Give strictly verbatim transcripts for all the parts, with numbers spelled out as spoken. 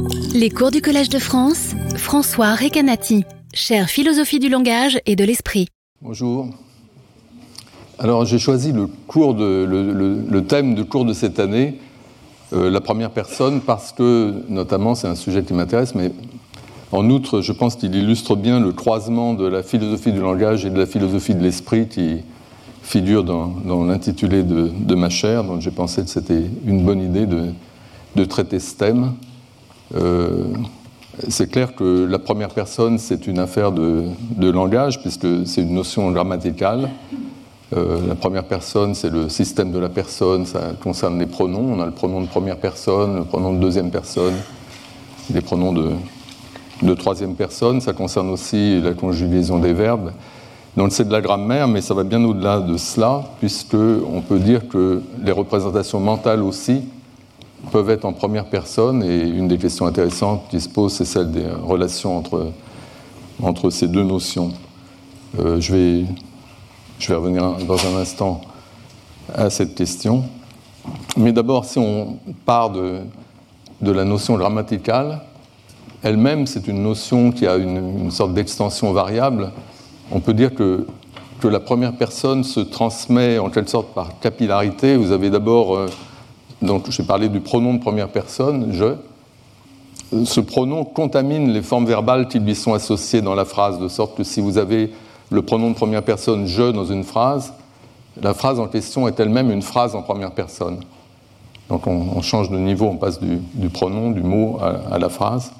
Les cours du Collège de France, François Recanati, chaire philosophie du langage et de l'esprit. Bonjour. Alors j'ai choisi le, cours de, le, le, le thème du cours de cette année, euh, la première personne, parce que notamment c'est un sujet qui m'intéresse, mais en outre je pense qu'il illustre bien le croisement de la philosophie du langage et de la philosophie de l'esprit qui figure dans, dans l'intitulé de, de ma chaire, donc j'ai pensé que c'était une bonne idée de, de traiter ce thème. Euh, c'est clair que la première personne, c'est une affaire de, de langage, puisque c'est une notion grammaticale. Euh, la première personne, c'est le système de la personne, ça concerne les pronoms. On a le pronom de première personne, le pronom de deuxième personne, les pronoms de, de troisième personne. Ça concerne aussi la conjugaison des verbes. Donc c'est de la grammaire, mais ça va bien au-delà de cela, puisqu'on peut dire que les représentations mentales aussi peuvent être en première personne, et une des questions intéressantes qui se pose, c'est celle des relations entre, entre ces deux notions. Euh, je vais, je vais revenir dans un instant à cette question. Mais d'abord, si on part de, de la notion grammaticale, elle-même, c'est une notion qui a une, une sorte d'extension variable. On peut dire que, que la première personne se transmet en quelque sorte par capillarité. Vous avez d'abord... Euh, Donc, j'ai parlé du pronom de première personne, je. Ce pronom contamine les formes verbales qui lui sont associées dans la phrase, de sorte que si vous avez le pronom de première personne, je, dans une phrase, la phrase en question est elle-même une phrase en première personne. Donc, on, on change de niveau, on passe du, du pronom, du mot à, à la phrase.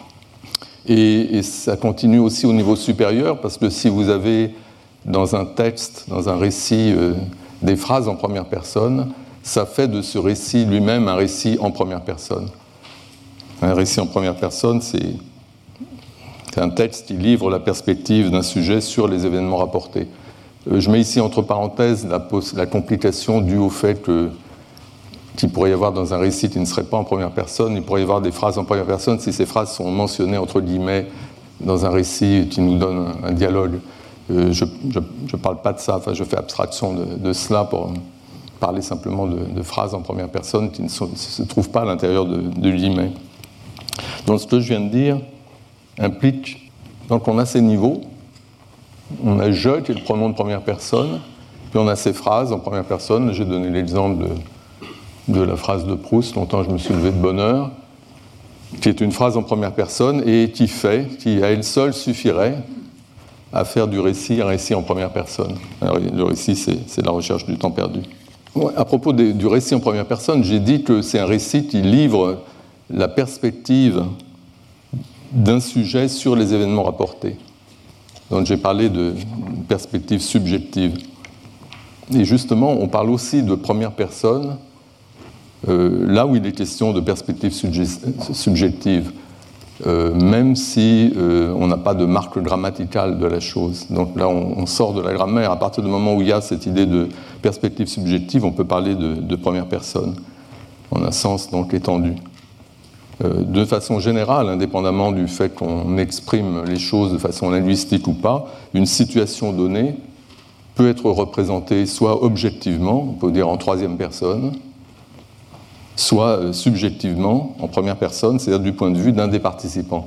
Et, et ça continue aussi au niveau supérieur, parce que si vous avez dans un texte, dans un récit, euh, des phrases en première personne, ça fait de ce récit lui-même un récit en première personne. Un récit en première personne, c'est, c'est un texte qui livre la perspective d'un sujet sur les événements rapportés. Euh, je mets ici entre parenthèses la, la complication due au fait que, qu'il pourrait y avoir dans un récit qui ne serait pas en première personne, il pourrait y avoir des phrases en première personne si ces phrases sont mentionnées entre guillemets dans un récit qui nous donne un, un dialogue. Euh, je ne parle pas de ça, enfin je fais abstraction de, de cela pour parler simplement de, de phrases en première personne qui ne, sont, ne se trouvent pas à l'intérieur de, de guillemets. Donc ce que je viens de dire implique, donc on a ces niveaux, on a je qui est le pronom de première personne, puis on a ces phrases en première personne. J'ai donné l'exemple de, de la phrase de Proust, longtemps je me suis levé de bonne heure, qui est une phrase en première personne et qui fait, qui à elle seule suffirait à faire du récit un récit en première personne. Alors, le récit, c'est, c'est la recherche du temps perdu. À propos des, du récit en première personne, j'ai dit que c'est un récit qui livre la perspective d'un sujet sur les événements rapportés. Donc j'ai parlé de perspective subjective. Et justement, on parle aussi de première personne, euh, là où il est question de perspective subje- subjective, euh, même si euh, on n'a pas de marque grammaticale de la chose. Donc là, on, on sort de la grammaire. À partir du moment où il y a cette idée de perspective subjective, on peut parler de, de première personne, en un sens donc étendu. Euh, de façon générale, indépendamment du fait qu'on exprime les choses de façon linguistique ou pas, une situation donnée peut être représentée soit objectivement, on peut dire en troisième personne, soit euh, subjectivement en première personne, c'est-à-dire du point de vue d'un des participants.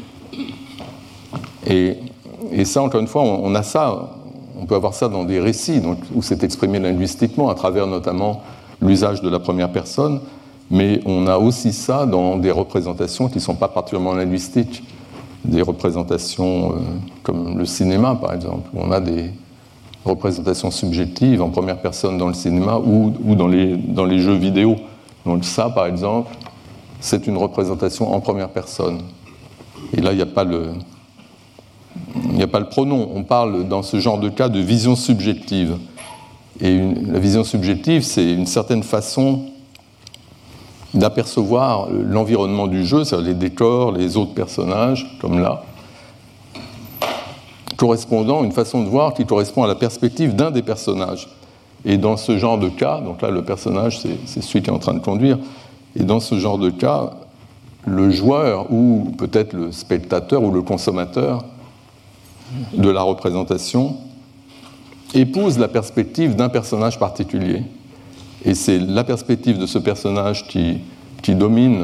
Et, et ça, encore une fois, on, on a ça. On peut avoir ça dans des récits, donc, où c'est exprimé linguistiquement, à travers notamment l'usage de la première personne, mais on a aussi ça dans des représentations qui ne sont pas particulièrement linguistiques, des représentations euh, comme le cinéma, par exemple, où on a des représentations subjectives en première personne dans le cinéma ou, ou dans, les, dans les jeux vidéo. Donc ça, par exemple, c'est une représentation en première personne. Et là, il n'y a pas le... Il n'y a pas le pronom, on parle dans ce genre de cas de vision subjective. Et une, la vision subjective, c'est une certaine façon d'apercevoir l'environnement du jeu, c'est-à-dire les décors, les autres personnages, comme là, correspondant, une façon de voir qui correspond à la perspective d'un des personnages. Et dans ce genre de cas, donc là le personnage, c'est, c'est celui qui est en train de conduire, et dans ce genre de cas, le joueur, ou peut-être le spectateur ou le consommateur de la représentation épouse la perspective d'un personnage particulier. Et c'est la perspective de ce personnage qui, qui domine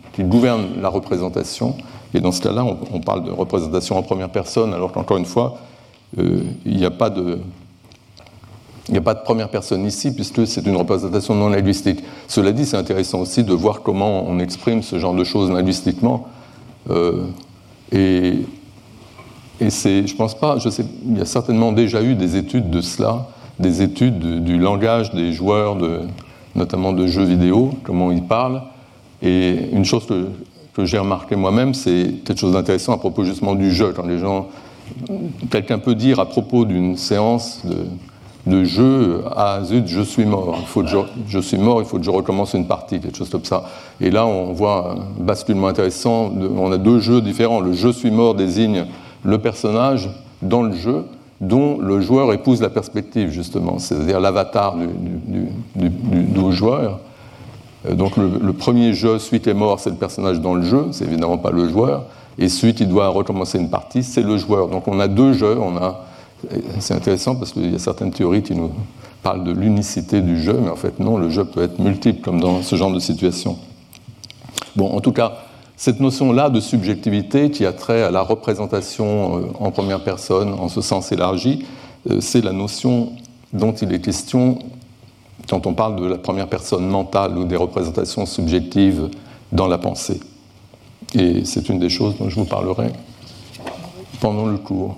qui gouverne la représentation. Et dans ce cas-là, on, on parle de représentation en première personne, alors qu'encore une fois, euh, il n'y a pas de... Il n'y a pas de première personne ici, puisque c'est une représentation non linguistique. Cela dit, c'est intéressant aussi de voir comment on exprime ce genre de choses linguistiquement. Euh, et et c'est, je ne pense pas, je sais, il y a certainement déjà eu des études de cela, des études du, du langage des joueurs, de, notamment de jeux vidéo, comment ils parlent. Et une chose que, que j'ai remarqué moi-même, c'est quelque chose d'intéressant à propos justement du jeu. Quand les gens, quelqu'un peut dire à propos d'une séance de de jeu, ah zut, je suis mort, il faut que je, je suis mort, il faut que je recommence une partie, quelque chose comme ça. Et là, on voit un basculement intéressant, de, on a deux jeux différents. Le je suis mort désigne le personnage dans le jeu, dont le joueur épouse la perspective, justement, c'est-à-dire l'avatar du, du, du, du, du joueur. Donc le, le premier jeu, suite est mort, c'est le personnage dans le jeu, c'est évidemment pas le joueur, et suite, il doit recommencer une partie, c'est le joueur. Donc on a deux jeux, on a c'est intéressant parce qu'il y a certaines théories qui nous parlent de l'unicité du jeu, mais en fait non, le jeu peut être multiple comme dans ce genre de situation. Bon, en tout cas, cette notion-là de subjectivité qui a trait à la représentation en première personne, en ce sens élargi, c'est la notion dont il est question quand on parle de la première personne mentale ou des représentations subjectives dans la pensée. Et c'est une des choses dont je vous parlerai pendant le cours.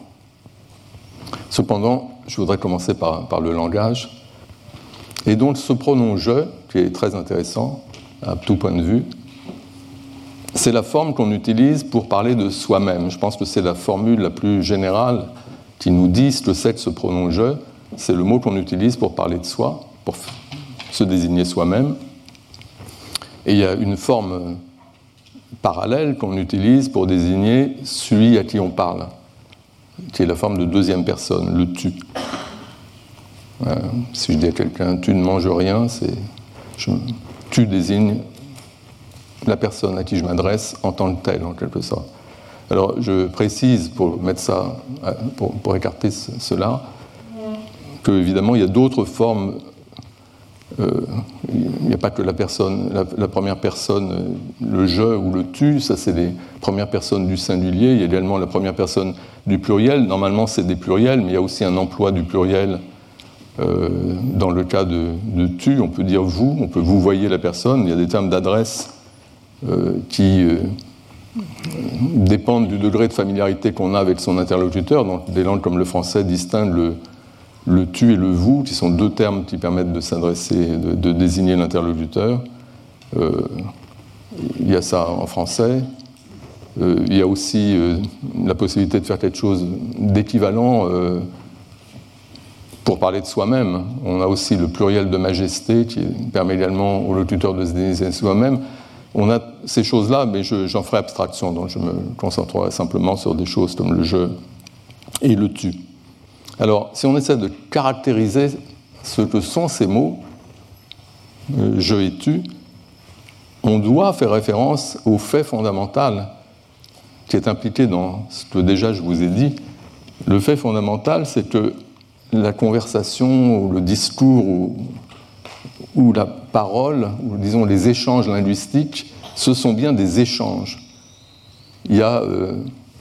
Cependant, je voudrais commencer par, par le langage. Et donc, ce pronom « je », qui est très intéressant à tout point de vue, c'est la forme qu'on utilise pour parler de soi-même. Je pense que c'est la formule la plus générale qui nous dit ce que c'est que ce pronom « je ». C'est le mot qu'on utilise pour parler de soi, pour se désigner soi-même. Et il y a une forme parallèle qu'on utilise pour désigner celui à qui on parle, qui est la forme de deuxième personne, le « tu ». Euh, si je dis à quelqu'un « tu ne manges rien », c'est je, tu désigne la personne à qui je m'adresse en tant que telle, en quelque sorte. Alors, je précise, pour mettre ça, pour, pour écarter ce, cela, qu'évidemment, il y a d'autres formes. Euh, il n'y a pas que la personne, la, la première personne, le je ou le tu, ça c'est les premières personnes du singulier. Il y a également la première personne du pluriel. Normalement, c'est des pluriels, mais il y a aussi un emploi du pluriel. Euh, dans le cas de, de tu, on peut dire vous, on peut vous voyez la personne. Il y a des termes d'adresse euh, qui euh, dépendent du degré de familiarité qu'on a avec son interlocuteur. Donc, des langues comme le français distinguent le le tu et le vous, qui sont deux termes qui permettent de s'adresser, de, de désigner l'interlocuteur. Euh, il y a ça en français. Euh, il y a aussi euh, la possibilité de faire quelque chose d'équivalent euh, pour parler de soi-même. On a aussi le pluriel de majesté qui permet également au locuteur de se désigner soi-même. On a ces choses-là, mais je, j'en ferai abstraction, donc je me concentrerai simplement sur des choses comme le je et le tu. Alors, si on essaie de caractériser ce que sont ces mots, euh, je et tu, on doit faire référence au fait fondamental qui est impliqué dans ce que déjà je vous ai dit. Le fait fondamental, c'est que la conversation, ou le discours, ou, ou la parole, ou disons les échanges linguistiques, ce sont bien des échanges. Il y a euh,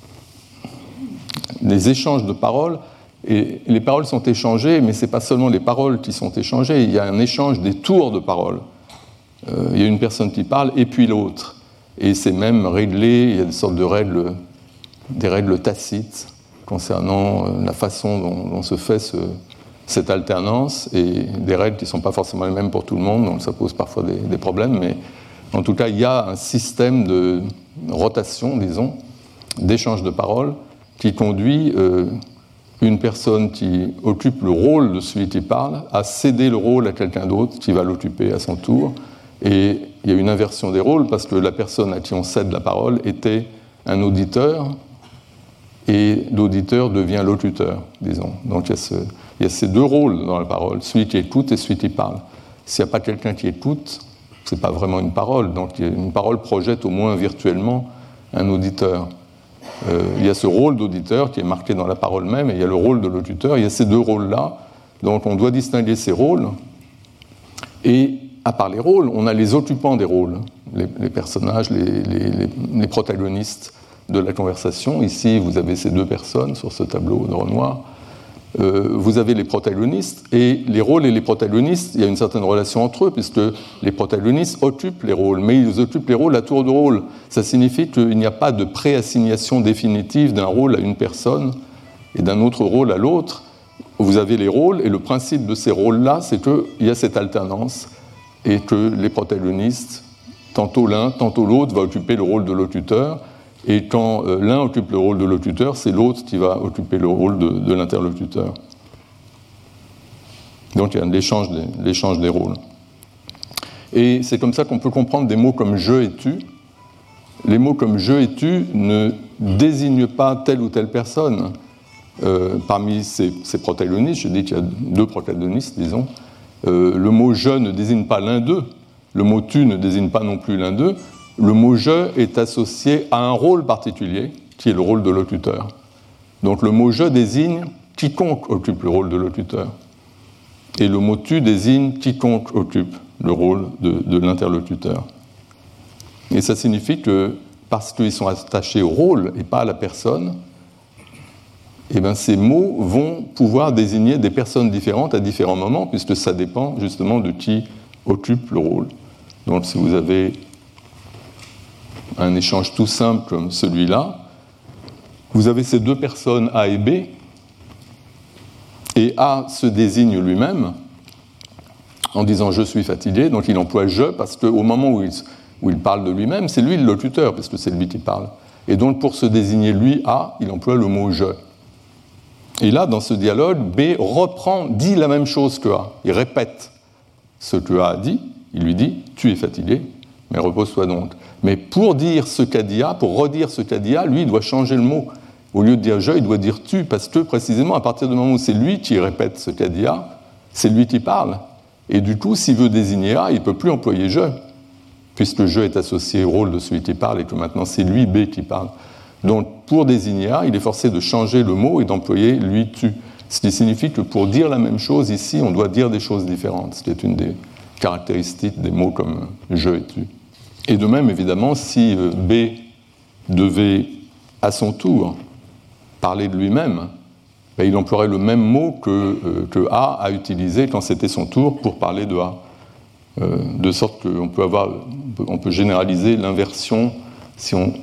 des échanges de paroles. Et les paroles sont échangées, mais ce n'est pas seulement les paroles qui sont échangées, il y a un échange des tours de paroles. Euh, il y a une personne qui parle, et puis l'autre. Et c'est même réglé, il y a des sortes de règles, des règles tacites concernant la façon dont, dont se fait ce, cette alternance, et des règles qui ne sont pas forcément les mêmes pour tout le monde, donc ça pose parfois des, des problèmes, mais en tout cas, il y a un système de rotation, disons, d'échange de paroles, qui conduit... Euh, une personne qui occupe le rôle de celui qui parle a cédé le rôle à quelqu'un d'autre qui va l'occuper à son tour. Et il y a une inversion des rôles parce que la personne à qui on cède la parole était un auditeur et l'auditeur devient locuteur, disons. Donc il y a, ce, il y a ces deux rôles dans la parole, celui qui écoute et celui qui parle. S'il n'y a pas quelqu'un qui écoute, ce n'est pas vraiment une parole. Donc une parole projette au moins virtuellement un auditeur. Euh, il y a ce rôle d'auditeur qui est marqué dans la parole même, et il y a le rôle de locuteur. Il y a ces deux rôles-là. Donc on doit distinguer ces rôles. Et à part les rôles, on a les occupants des rôles. les, les personnages, les, les, les protagonistes de la conversation. Ici, vous avez ces deux personnes sur ce tableau de Renoir. Euh, vous avez les protagonistes, et les rôles et les protagonistes, il y a une certaine relation entre eux, puisque les protagonistes occupent les rôles, mais ils occupent les rôles à tour de rôle. Ça signifie qu'il n'y a pas de préassignation définitive d'un rôle à une personne et d'un autre rôle à l'autre. Vous avez les rôles, et le principe de ces rôles-là, c'est qu'il y a cette alternance, et que les protagonistes, tantôt l'un, tantôt l'autre, va occuper le rôle de locuteur, et quand euh, l'un occupe le rôle de locuteur, c'est l'autre qui va occuper le rôle de, de l'interlocuteur. Donc il y a l'échange des, l'échange des rôles. Et c'est comme ça qu'on peut comprendre des mots comme « je » et « tu ». Les mots comme « je » et « tu » ne désignent pas telle ou telle personne. Euh, parmi ces, ces protagonistes, je dis qu'il y a deux protagonistes, disons, euh, le mot « je » ne désigne pas l'un d'eux, le mot « tu » ne désigne pas non plus l'un d'eux. Le mot « je » est associé à un rôle particulier, qui est le rôle de locuteur. Donc le mot « je » désigne quiconque occupe le rôle de locuteur. Et le mot « tu » désigne quiconque occupe le rôle de, de l'interlocuteur. Et ça signifie que, parce qu'ils sont attachés au rôle et pas à la personne, eh bien, ces mots vont pouvoir désigner des personnes différentes à différents moments, puisque ça dépend justement de qui occupe le rôle. Donc si vous avez un échange tout simple comme celui-là, vous avez ces deux personnes A et B, et A se désigne lui-même en disant « je suis fatigué », donc il emploie « je » parce qu'au moment où il, où il parle de lui-même, c'est lui le locuteur, parce que c'est lui qui parle. Et donc pour se désigner lui, A, il emploie le mot « je ». Et là, dans ce dialogue, B reprend, dit la même chose que A. Il répète ce que A a dit, il lui dit « tu es fatigué ». Mais repose-toi donc. Mais pour dire ce qu'a dit A, pour redire ce qu'a dit A, lui, il doit changer le mot. Au lieu de dire « je », il doit dire « tu », parce que précisément, à partir du moment où c'est lui qui répète ce qu'a dit A, c'est lui qui parle. Et du coup, s'il veut désigner A, il ne peut plus employer « je », puisque « je » est associé au rôle de celui qui parle et que maintenant c'est lui, B, qui parle. Donc, pour désigner A, il est forcé de changer le mot et d'employer « lui, tu », ce qui signifie que pour dire la même chose ici, on doit dire des choses différentes, ce qui est une des caractéristiques des mots comme « je » et « tu ». Et de même, évidemment, si B devait, à son tour, parler de lui-même, ben, il emploierait le même mot que, euh, que A a utilisé quand c'était son tour pour parler de A. Euh, de sorte qu'on peut avoir, on peut généraliser l'inversion si on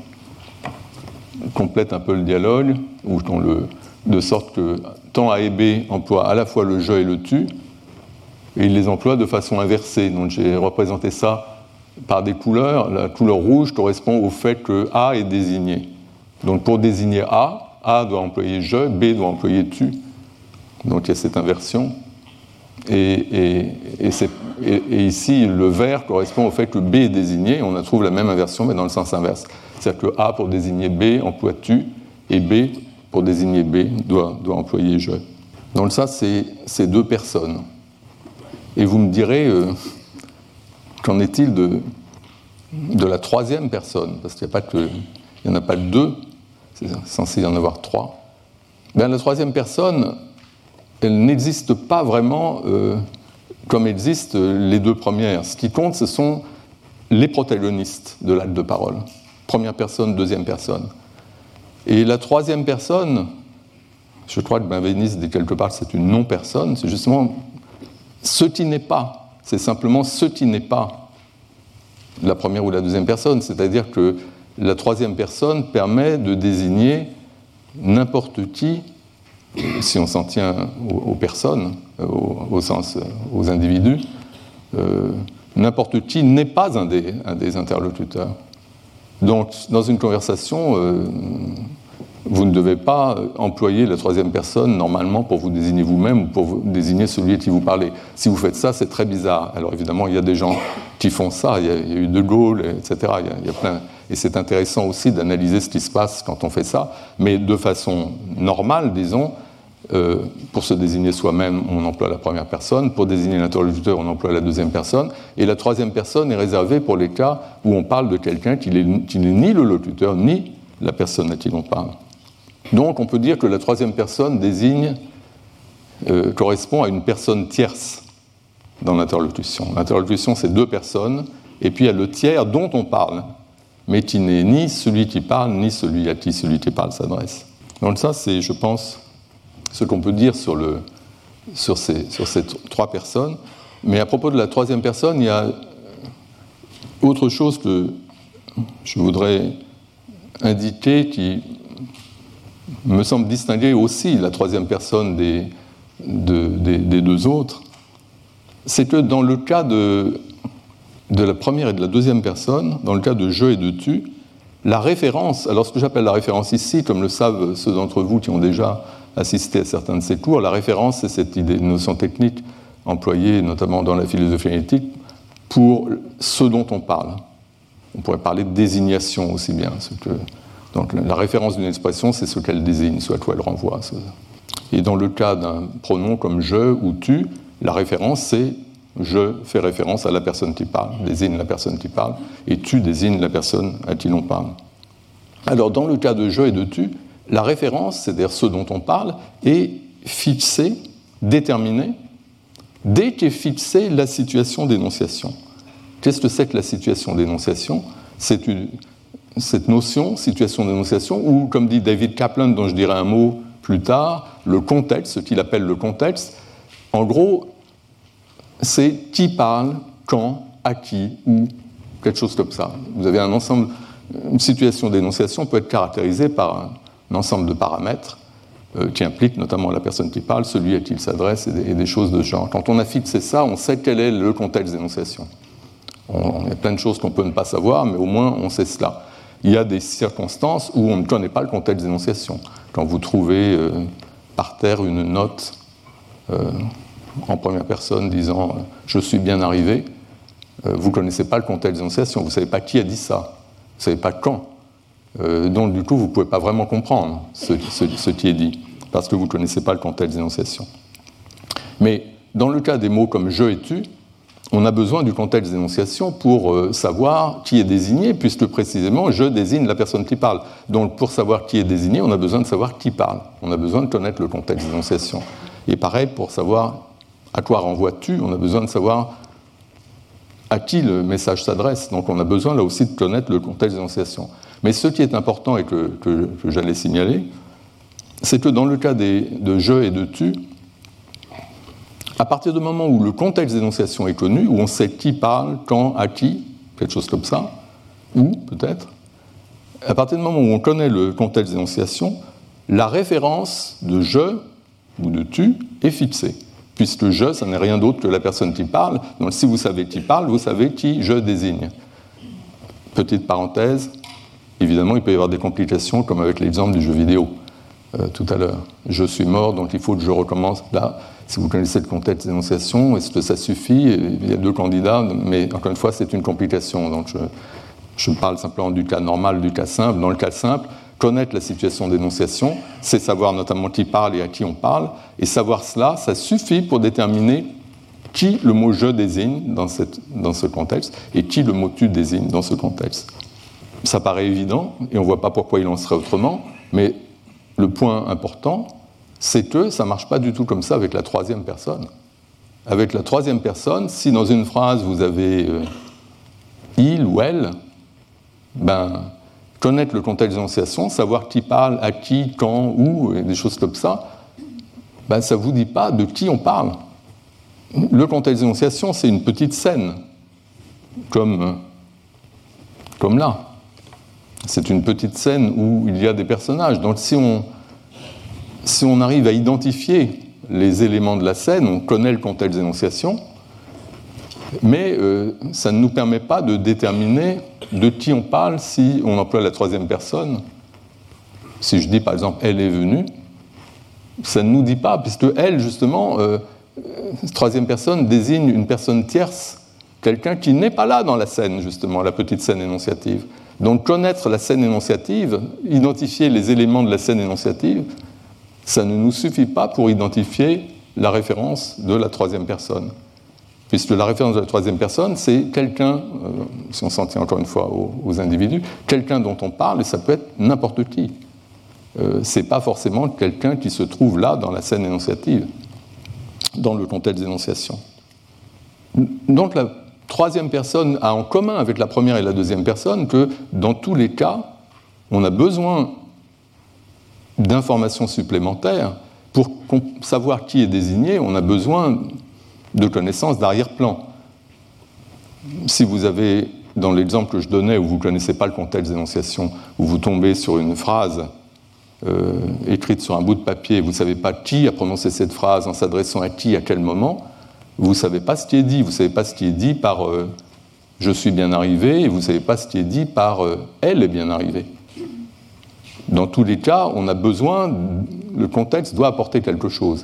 complète un peu le dialogue, ou on le, de sorte que tant A et B emploient à la fois le « je » et le « tu », et ils les emploient de façon inversée. Donc j'ai représenté ça par des couleurs. La couleur rouge correspond au fait que A est désigné. Donc pour désigner A, A doit employer « je », B doit employer « tu ». Donc il y a cette inversion. Et, et, et, c'est, et, et ici, le vert correspond au fait que B est désigné. On trouve la même inversion, mais dans le sens inverse. C'est-à-dire que A, pour désigner B, emploie « tu », et B, pour désigner B, doit, doit employer « je ». Donc ça, c'est, c'est deux personnes. Et vous me direz... Euh, Qu'en est-il de, de la troisième personne ? Parce qu'il n'y en a pas que deux, c'est censé y en avoir trois. Bien, la troisième personne, elle n'existe pas vraiment euh, comme existent les deux premières. Ce qui compte, ce sont les protagonistes de l'acte de parole. Première personne, deuxième personne. Et la troisième personne, je crois que Benveniste dit quelque part que c'est une non-personne, c'est justement ce qui n'est pas. C'est simplement ce qui n'est pas la première ou la deuxième personne. C'est-à-dire que la troisième personne permet de désigner n'importe qui, si on s'en tient aux, aux personnes, au, au sens aux individus, euh, n'importe qui n'est pas un des, un des interlocuteurs. Donc, dans une conversation, euh, vous ne devez pas employer la troisième personne normalement pour vous désigner vous-même ou pour vous désigner celui à qui vous parlez. Si vous faites ça, c'est très bizarre. Alors évidemment, il y a des gens qui font ça. Il y a, il y a eu De Gaulle, et cetera. Il y a, il y a plein... Et c'est intéressant aussi d'analyser ce qui se passe quand on fait ça. Mais de façon normale, disons, euh, pour se désigner soi-même, on emploie la première personne. Pour désigner l'interlocuteur, on emploie la deuxième personne. Et la troisième personne est réservée pour les cas où on parle de quelqu'un qui n'est, qui n'est ni le locuteur, ni la personne à qui l'on parle. Donc, on peut dire que la troisième personne désigne, euh, correspond à une personne tierce dans l'interlocution. L'interlocution, c'est deux personnes et puis il y a le tiers dont on parle, mais qui n'est ni celui qui parle, ni celui à qui celui qui parle s'adresse. Donc ça, c'est, je pense, ce qu'on peut dire sur, le, sur, ces, sur ces trois personnes. Mais à propos de la troisième personne, il y a autre chose que je voudrais indiquer qui me semble distinguer aussi la troisième personne des, de, des, des deux autres. C'est que dans le cas de, de la première et de la deuxième personne, dans le cas de je et de tu, la référence, alors ce que j'appelle la référence ici, comme le savent ceux d'entre vous qui ont déjà assisté à certains de ces cours, la référence, c'est cette idée, notion technique employée notamment dans la philosophie analytique pour ce dont on parle. On pourrait parler de désignation aussi bien. Ce que, donc la référence d'une expression, c'est ce qu'elle désigne, ce à quoi elle renvoie. Et dans le cas d'un pronom comme je ou tu, la référence, c'est je fais référence à la personne qui parle, désigne la personne qui parle, et tu désignes la personne à qui l'on parle. Alors, dans le cas de je et de tu, la référence, c'est-à-dire ce dont on parle, est fixée, déterminée, dès qu'est fixée la situation d'énonciation. Qu'est-ce que c'est que la situation d'énonciation ? C'est une, cette notion, situation d'énonciation, ou, comme dit David Kaplan, dont je dirai un mot plus tard, le contexte, ce qu'il appelle le contexte, en gros, c'est qui parle, quand, à qui, où, quelque chose comme ça. Vous avez un ensemble, une situation d'énonciation peut être caractérisée par un, un ensemble de paramètres euh, qui impliquent notamment la personne qui parle, celui à qui il s'adresse et des, et des choses de ce genre. Quand on a fixé ça, on sait quel est le contexte d'énonciation. On, il y a plein de choses qu'on peut ne pas savoir, mais au moins on sait cela. Il y a des circonstances où on ne connaît pas le contexte d'énonciation. Quand vous trouvez euh, par terre une note euh, en première personne disant euh, « je suis bien arrivé euh, », vous ne connaissez pas le contexte d'énonciation, vous ne savez pas qui a dit ça, vous ne savez pas quand. Euh, donc du coup, vous ne pouvez pas vraiment comprendre ce, ce, ce qui est dit, parce que vous ne connaissez pas le contexte d'énonciation. Mais dans le cas des mots comme « je » et « tu », on a besoin du contexte d'énonciation pour euh, savoir qui est désigné, puisque précisément, je désigne la personne qui parle. Donc, pour savoir qui est désigné, on a besoin de savoir qui parle. On a besoin de connaître le contexte d'énonciation. Et pareil, pour savoir à quoi renvoie-tu, on a besoin de savoir à qui le message s'adresse. Donc, on a besoin là aussi de connaître le contexte d'énonciation. Mais ce qui est important et que, que, que j'allais signaler, c'est que dans le cas des, de je et de tu, à partir du moment où le contexte d'énonciation est connu, où on sait qui parle, quand, à qui, quelque chose comme ça, où peut-être, à partir du moment où on connaît le contexte d'énonciation, la référence de je ou de tu est fixée, puisque je, ça n'est rien d'autre que la personne qui parle. Donc si vous savez qui parle, vous savez qui je désigne. Petite parenthèse, évidemment, il peut y avoir des complications, comme avec l'exemple du jeu vidéo euh, tout à l'heure. Je suis mort, donc il faut que je recommence là. Si vous connaissez le contexte d'énonciation, est-ce que ça suffit ? Il y a deux candidats, mais encore une fois, c'est une complication. Donc je, je parle simplement du cas normal, du cas simple. Dans le cas simple, connaître la situation d'énonciation, c'est savoir notamment qui parle et à qui on parle. Et savoir cela, ça suffit pour déterminer qui le mot « je » désigne dans, cette, dans ce contexte et qui le mot « tu » désigne dans ce contexte. Ça paraît évident et on ne voit pas pourquoi il en serait autrement, mais le point important, c'est que ça ne marche pas du tout comme ça avec la troisième personne. Avec la troisième personne, si dans une phrase vous avez euh, il ou elle, ben, connaître le contexte d'énonciation, savoir qui parle, à qui, quand, où, et des choses comme ça, ben, ça ne vous dit pas de qui on parle. Le contexte d'énonciation, c'est une petite scène, comme, comme là. C'est une petite scène où il y a des personnages. Donc si on... Si on arrive à identifier les éléments de la scène, on connaît le contexte d'énonciation, mais euh, ça ne nous permet pas de déterminer de qui on parle si on emploie la troisième personne. Si je dis par exemple « elle est venue », ça ne nous dit pas, puisque « elle », justement, euh, troisième personne désigne une personne tierce, quelqu'un qui n'est pas là dans la scène, justement, la petite scène énonciative. Donc connaître la scène énonciative, identifier les éléments de la scène énonciative, ça ne nous suffit pas pour identifier la référence de la troisième personne. Puisque la référence de la troisième personne, c'est quelqu'un, euh, si on s'en tient encore une fois aux, aux individus, quelqu'un dont on parle, et ça peut être n'importe qui. Euh, ce n'est pas forcément quelqu'un qui se trouve là dans la scène énonciative, dans le contexte d'énonciation. Donc la troisième personne a en commun avec la première et la deuxième personne que dans tous les cas, on a besoin d'informations supplémentaires. Pour savoir qui est désigné, on a besoin de connaissances d'arrière-plan. Si vous avez, dans l'exemple que je donnais, où vous ne connaissez pas le contexte d'énonciation, où vous tombez sur une phrase euh, écrite sur un bout de papier, vous ne savez pas qui a prononcé cette phrase en s'adressant à qui, à quel moment, vous ne savez pas ce qui est dit. Vous ne savez pas ce qui est dit par euh, « je suis bien arrivé » et vous ne savez pas ce qui est dit par euh, « elle est bien arrivée ». Dans tous les cas, on a besoin, le contexte doit apporter quelque chose.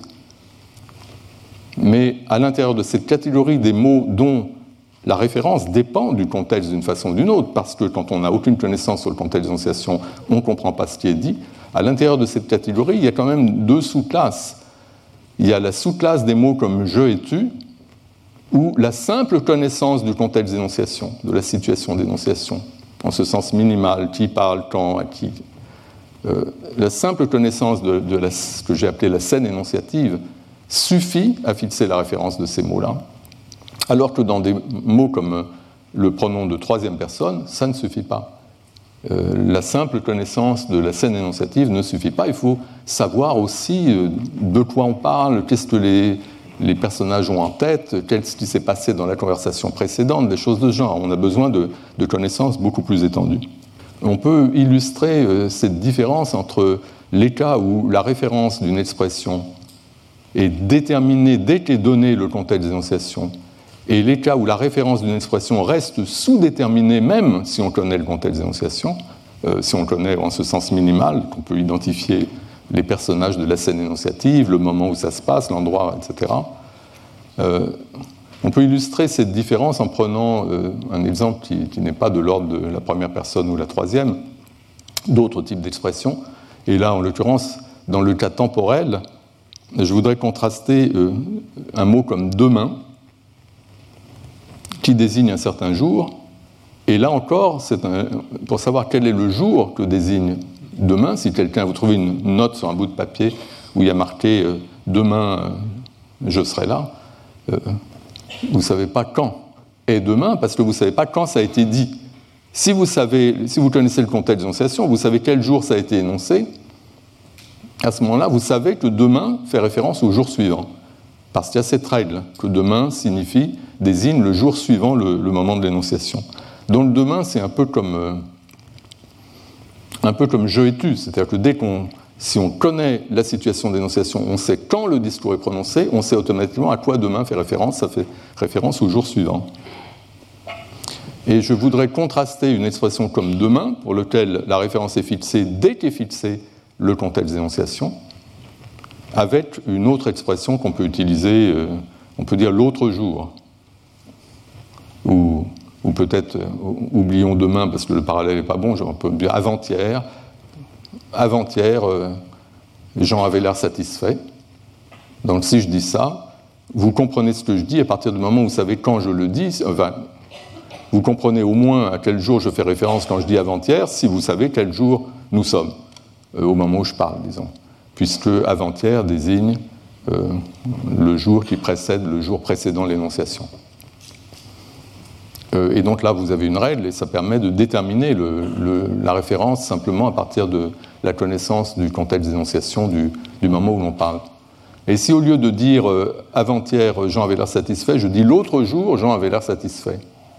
Mais à l'intérieur de cette catégorie des mots dont la référence dépend du contexte d'une façon ou d'une autre, parce que quand on n'a aucune connaissance sur le contexte d'énonciation, on ne comprend pas ce qui est dit, à l'intérieur de cette catégorie, il y a quand même deux sous-classes. Il y a la sous-classe des mots comme « je » et « tu », ou la simple connaissance du contexte d'énonciation, de la situation d'énonciation, en ce sens minimal, qui parle, quand, à qui. Euh, la simple connaissance de, de la, ce que j'ai appelé la scène énonciative suffit à fixer la référence de ces mots-là, alors que dans des mots comme le pronom de troisième personne, ça ne suffit pas. Euh, la simple connaissance de la scène énonciative ne suffit pas. Il faut savoir aussi euh, de quoi on parle, qu'est-ce que les, les personnages ont en tête, qu'est-ce qui s'est passé dans la conversation précédente, des choses de ce genre. On a besoin de, de connaissances beaucoup plus étendues. On peut illustrer euh, cette différence entre les cas où la référence d'une expression est déterminée dès qu'est donné le contexte d'énonciation, et les cas où la référence d'une expression reste sous-déterminée même si on connaît le contexte d'énonciation, euh, si on connaît en ce sens minimal, qu'on peut identifier les personnages de la scène énonciative, le moment où ça se passe, l'endroit, et cetera. Euh, on peut illustrer cette différence en prenant euh, un exemple qui, qui n'est pas de l'ordre de la première personne ou la troisième, d'autres types d'expressions. Et là, en l'occurrence, dans le cas temporel, je voudrais contraster euh, un mot comme « demain », qui désigne un certain jour. Et là encore, c'est un, pour savoir quel est le jour que désigne demain, si quelqu'un, vous trouvez une note sur un bout de papier où il y a marqué euh, « demain, euh, je serai là euh, », vous ne savez pas quand est demain, parce que vous ne savez pas quand ça a été dit. Si vous, savez, si vous connaissez le contexte d'énonciation, vous savez quel jour ça a été énoncé, à ce moment-là, vous savez que demain fait référence au jour suivant. Parce qu'il y a cette règle, que demain signifie, désigne le jour suivant le, le moment de l'énonciation. Donc demain, c'est un peu comme, euh, un peu comme je et tu, c'est-à-dire que dès qu'on, si on connaît la situation d'énonciation, on sait quand le discours est prononcé, on sait automatiquement à quoi demain fait référence, ça fait référence au jour suivant. Et je voudrais contraster une expression comme demain, pour laquelle la référence est fixée dès qu'est fixé le contexte d'énonciation, avec une autre expression qu'on peut utiliser, euh, on peut dire l'autre jour, ou, ou peut-être, euh, oublions demain parce que le parallèle n'est pas bon, on peut dire avant-hier, avant-hier, euh, Jean avait l'air satisfait. Donc si je dis ça, vous comprenez ce que je dis, à partir du moment où vous savez quand je le dis, enfin, vous comprenez au moins à quel jour je fais référence quand je dis avant-hier, si vous savez quel jour nous sommes, euh, au moment où je parle, disons. Puisque avant-hier désigne euh, le jour qui précède le jour précédant l'énonciation. Euh, et donc là, vous avez une règle, et ça permet de déterminer le, le, la référence simplement à partir de la connaissance du contexte d'énonciation du, du moment où l'on parle. Et si au lieu de dire euh, avant-hier, Jean avait l'air satisfait, je dis l'autre jour, Jean avait l'air satisfait.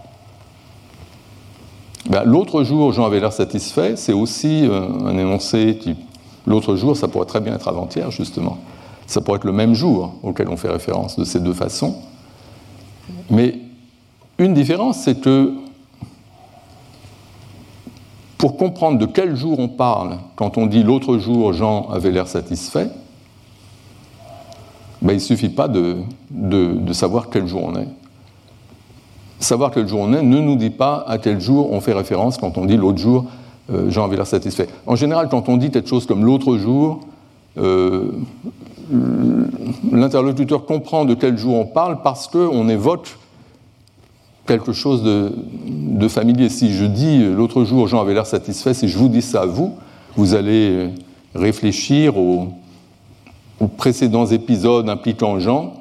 Ben, l'autre jour, Jean avait l'air satisfait, c'est aussi euh, un énoncé qui... L'autre jour, ça pourrait très bien être avant-hier, justement. Ça pourrait être le même jour auquel on fait référence, de ces deux façons. Mais une différence, c'est que pour comprendre de quel jour on parle, quand on dit l'autre jour, Jean avait l'air satisfait, ben, il ne suffit pas de, de, de savoir quel jour on est. Savoir quel jour on est ne nous dit pas à quel jour on fait référence quand on dit l'autre jour, Euh, Jean avait l'air satisfait. En général, quand on dit quelque chose comme l'autre jour, euh, l'interlocuteur comprend de quel jour on parle parce qu'on évoque quelque chose de, de familier. Si je dis l'autre jour Jean avait l'air satisfait, si je vous dis ça à vous, vous allez réfléchir aux, aux précédents épisodes impliquant Jean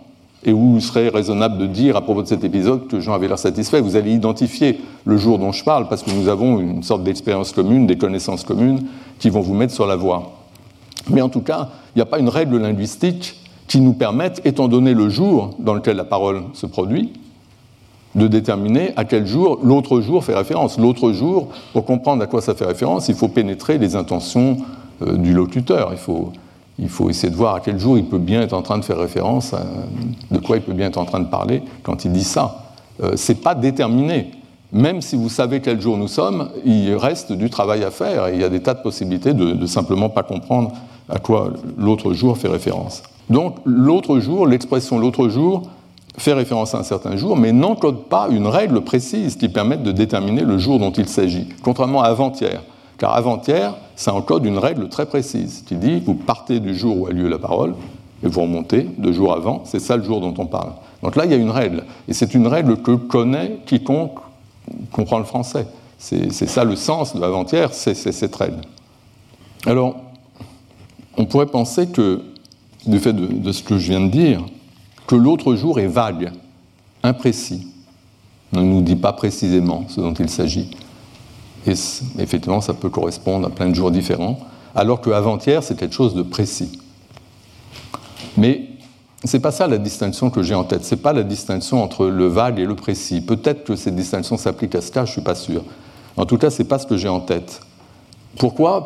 et où il serait raisonnable de dire à propos de cet épisode que Jean avait l'air satisfait. Vous allez identifier le jour dont je parle parce que nous avons une sorte d'expérience commune, des connaissances communes qui vont vous mettre sur la voie. Mais en tout cas, il n'y a pas une règle linguistique qui nous permette, étant donné le jour dans lequel la parole se produit, de déterminer à quel jour l'autre jour fait référence. L'autre jour, pour comprendre à quoi ça fait référence, il faut pénétrer les intentions euh, du locuteur. Il faut, il faut essayer de voir à quel jour il peut bien être en train de faire référence, à, de quoi il peut bien être en train de parler quand il dit ça. Euh, ce n'est pas déterminé. Même si vous savez quel jour nous sommes, il reste du travail à faire et il y a des tas de possibilités de, de simplement pas comprendre à quoi l'autre jour fait référence. Donc l'autre jour, l'expression l'autre jour fait référence à un certain jour, mais n'encode pas une règle précise qui permette de déterminer le jour dont il s'agit, contrairement à avant-hier. Car avant-hier, ça encode une règle très précise qui dit vous partez du jour où a lieu la parole et vous remontez deux jours avant, c'est ça le jour dont on parle. Donc là, il y a une règle, et c'est une règle que connaît quiconque comprend le français. C'est, c'est ça le sens de avant-hier, c'est, c'est cette règle. Alors, on pourrait penser que, du fait de, de ce que je viens de dire, que l'autre jour est vague, imprécis, ne nous dit pas précisément ce dont il s'agit. Et effectivement, ça peut correspondre à plein de jours différents, alors qu'avant-hier, c'est quelque chose de précis. Mais ce n'est pas ça la distinction que j'ai en tête. Ce n'est pas la distinction entre le vague et le précis. Peut-être que cette distinction s'applique à ce cas, je ne suis pas sûr. En tout cas, ce n'est pas ce que j'ai en tête. Pourquoi ?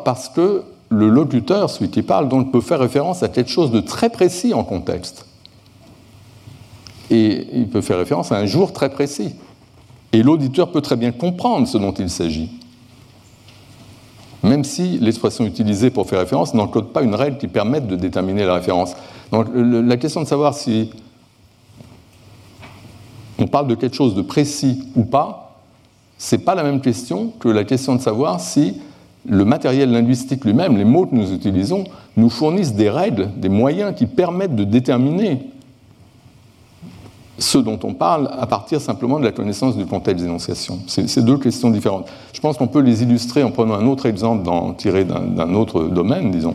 Parce que le locuteur, celui qui parle, donc, peut faire référence à quelque chose de très précis en contexte. Et il peut faire référence à un jour très précis. Et l'auditeur peut très bien comprendre ce dont il s'agit, même si l'expression utilisée pour faire référence n'encode pas une règle qui permette de déterminer la référence. Donc le, la question de savoir si on parle de quelque chose de précis ou pas, ce n'est pas la même question que la question de savoir si le matériel linguistique lui-même, les mots que nous utilisons, nous fournissent des règles, des moyens qui permettent de déterminer ce dont on parle à partir simplement de la connaissance du contexte d'énonciation. C'est, c'est deux questions différentes. Je pense qu'on peut les illustrer en prenant un autre exemple dans, tiré d'un, d'un autre domaine, disons.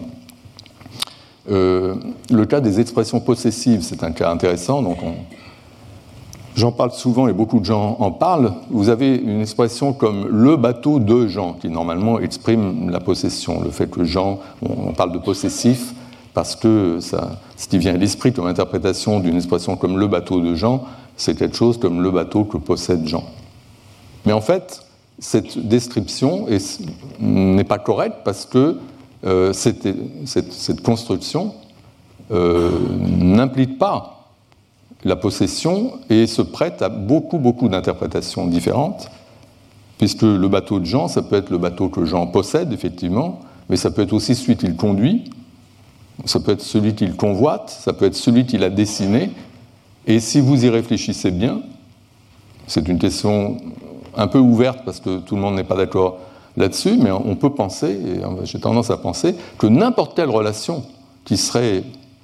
Euh, le cas des expressions possessives, c'est un cas intéressant. Donc on, j'en parle souvent et beaucoup de gens en parlent. Vous avez une expression comme « le bateau de Jean » qui normalement exprime la possession, le fait que Jean, on, on parle de possessif, parce que ça, ce qui vient à l'esprit comme interprétation d'une expression comme « le bateau de Jean », c'est quelque chose comme « le bateau que possède Jean ». Mais en fait, cette description est, n'est pas correcte parce que euh, cette, cette, cette construction euh, n'implique pas la possession et se prête à beaucoup, beaucoup d'interprétations différentes, puisque le bateau de Jean, ça peut être le bateau que Jean possède, effectivement, mais ça peut être aussi celui qu'il conduit, ça peut être celui qu'il convoite, ça peut être celui qu'il a dessiné. Et si vous y réfléchissez bien, c'est une question un peu ouverte parce que tout le monde n'est pas d'accord là-dessus, mais on peut penser, et j'ai tendance à penser, que n'importe quelle relation qui serait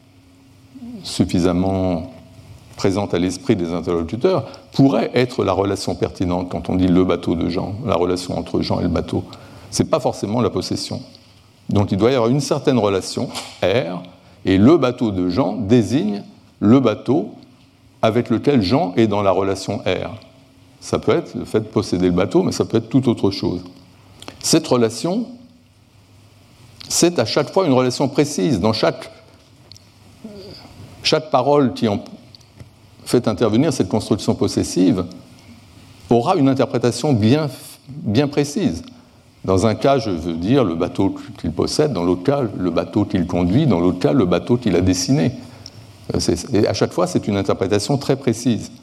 suffisamment présente à l'esprit des interlocuteurs pourrait être la relation pertinente quand on dit le bateau de Jean, la relation entre Jean et le bateau. Ce n'est pas forcément la possession. Donc il doit y avoir une certaine relation, R, et le bateau de Jean désigne le bateau avec lequel Jean est dans la relation R. Ça peut être le fait de posséder le bateau, mais ça peut être toute autre chose. Cette relation, c'est à chaque fois une relation précise. Dans chaque, chaque parole qui en fait intervenir cette construction possessive aura une interprétation bien, bien précise. Dans un cas, je veux dire le bateau qu'il possède, dans l'autre cas, le bateau qu'il conduit, dans l'autre cas, le bateau qu'il a dessiné. C'est, et à chaque fois, c'est une interprétation très précise.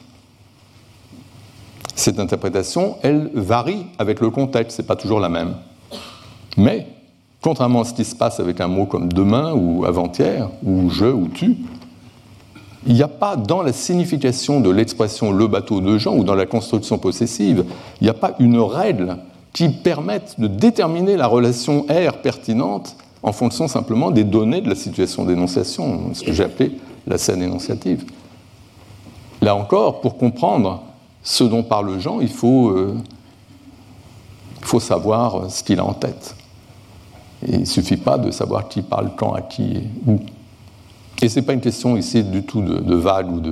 Cette interprétation, elle varie avec le contexte, ce n'est pas toujours la même. Mais, contrairement à ce qui se passe avec un mot comme demain ou avant-hier, ou je ou tu, il n'y a pas dans la signification de l'expression le bateau de Jean ou dans la construction possessive, il n'y a pas une règle qui permettent de déterminer la relation R pertinente en fonction simplement des données de la situation d'énonciation, ce que j'ai appelé la scène énonciative. Là encore, pour comprendre ce dont parle Jean, il faut, euh, il faut savoir ce qu'il a en tête. Et il ne suffit pas de savoir qui parle quand, à qui et où. Et ce n'est pas une question ici du tout de, de vague ou de,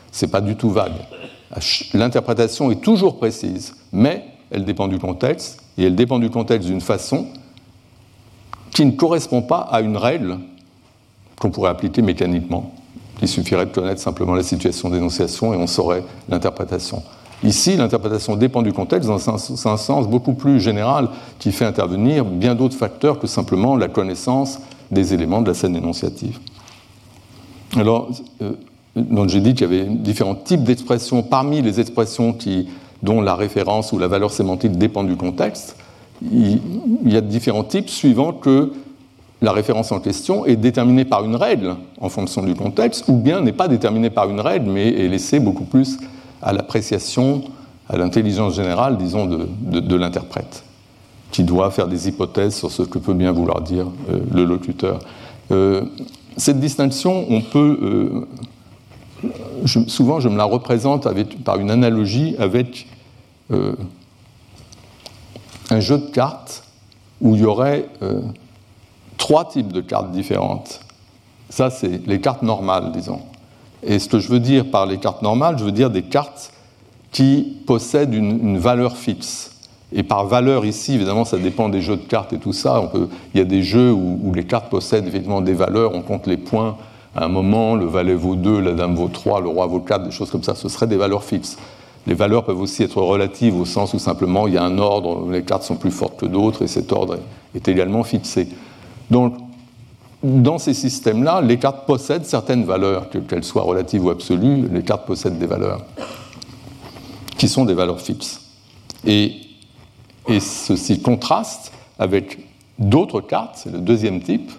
Ce n'est pas du tout vague. L'interprétation est toujours précise, mais elle dépend du contexte, et elle dépend du contexte d'une façon qui ne correspond pas à une règle qu'on pourrait appliquer mécaniquement. Il suffirait de connaître simplement la situation d'énonciation et on saurait l'interprétation. Ici, l'interprétation dépend du contexte dans un sens beaucoup plus général qui fait intervenir bien d'autres facteurs que simplement la connaissance des éléments de la scène énonciative. Alors, euh, donc j'ai dit qu'il y avait différents types d'expressions. Parmi les expressions qui, dont la référence ou la valeur sémantique dépend du contexte, il, il y a différents types suivant que la référence en question est déterminée par une règle en fonction du contexte, ou bien n'est pas déterminée par une règle, mais est laissée beaucoup plus à l'appréciation, à l'intelligence générale, disons, de, de, de l'interprète, qui doit faire des hypothèses sur ce que peut bien vouloir dire euh, le locuteur. Euh, cette distinction, on peut... Euh, je, souvent, je me la représente avec, par une analogie avec euh, un jeu de cartes où il y aurait... Euh, trois types de cartes différentes. Ça, c'est les cartes normales, disons. Et ce que je veux dire par les cartes normales, je veux dire des cartes qui possèdent une, une valeur fixe. Et par valeur, ici, évidemment, ça dépend des jeux de cartes et tout ça. On peut, il y a des jeux où, où les cartes possèdent effectivement des valeurs, on compte les points à un moment, le valet vaut deux, la dame vaut trois, le roi vaut quatre, des choses comme ça. Ce seraient des valeurs fixes. Les valeurs peuvent aussi être relatives au sens où simplement il y a un ordre, les cartes sont plus fortes que d'autres et cet ordre est, est également fixé. Donc, dans ces systèmes-là, les cartes possèdent certaines valeurs, qu'elles soient relatives ou absolues, les cartes possèdent des valeurs qui sont des valeurs fixes. Et, et ceci contraste avec d'autres cartes, c'est le deuxième type,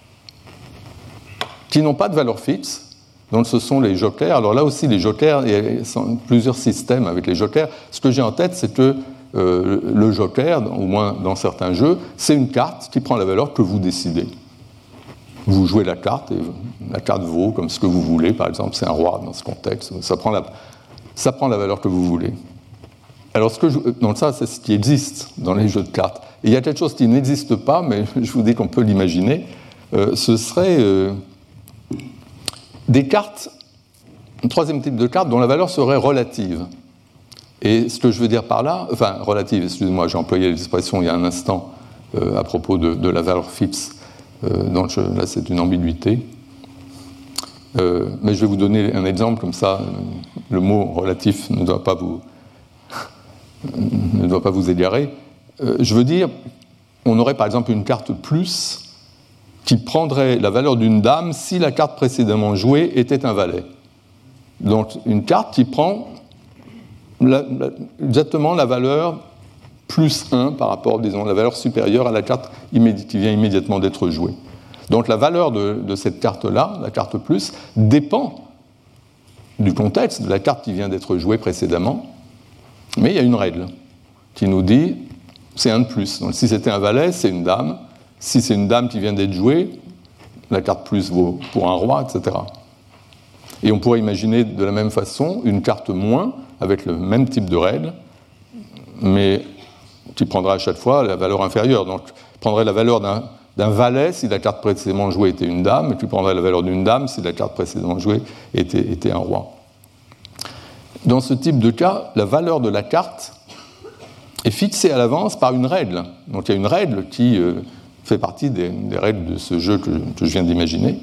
qui n'ont pas de valeur fixe. Donc, ce sont les jokers. Alors là aussi, les jokers, il y a plusieurs systèmes avec les jokers. Ce que j'ai en tête, c'est que Euh, le joker, au moins dans certains jeux, c'est une carte qui prend la valeur que vous décidez. Vous jouez la carte et la carte vaut comme ce que vous voulez. Par exemple, c'est un roi dans ce contexte. Ça prend la, ça prend la valeur que vous voulez. Alors, ce que je, donc ça, c'est ce qui existe dans les jeux de cartes. Et il y a quelque chose qui n'existe pas, mais je vous dis qu'on peut l'imaginer. Euh, ce serait euh, des cartes, un troisième type de carte dont la valeur serait relative. Et ce que je veux dire par là, enfin, relative, excusez-moi, j'ai employé l'expression il y a un instant euh, à propos de, de la valeur fixe, euh, donc je, là c'est une ambiguïté. Euh, mais je vais vous donner un exemple, comme ça, le mot relatif ne doit pas vous, ne doit pas vous égarer. Euh, je veux dire, on aurait par exemple une carte plus qui prendrait la valeur d'une dame si la carte précédemment jouée était un valet. Donc une carte qui prend La, la, exactement la valeur plus un par rapport, disons, la valeur supérieure à la carte qui vient immédiatement d'être jouée. Donc la valeur de, de cette carte-là, la carte plus, dépend du contexte de la carte qui vient d'être jouée précédemment, mais il y a une règle qui nous dit c'est un de plus. Donc si c'était un valet, c'est une dame. Si c'est une dame qui vient d'être jouée, la carte plus vaut pour un roi, et cetera. Et on pourrait imaginer de la même façon une carte moins avec le même type de règle, mais qui prendra à chaque fois la valeur inférieure. Donc, tu prendrais la valeur d'un, d'un valet si la carte précédemment jouée était une dame, et tu prendrais la valeur d'une dame si la carte précédemment jouée était, était un roi. Dans ce type de cas, la valeur de la carte est fixée à l'avance par une règle. Donc, il y a une règle qui euh, fait partie des, des règles de ce jeu que, que je viens d'imaginer.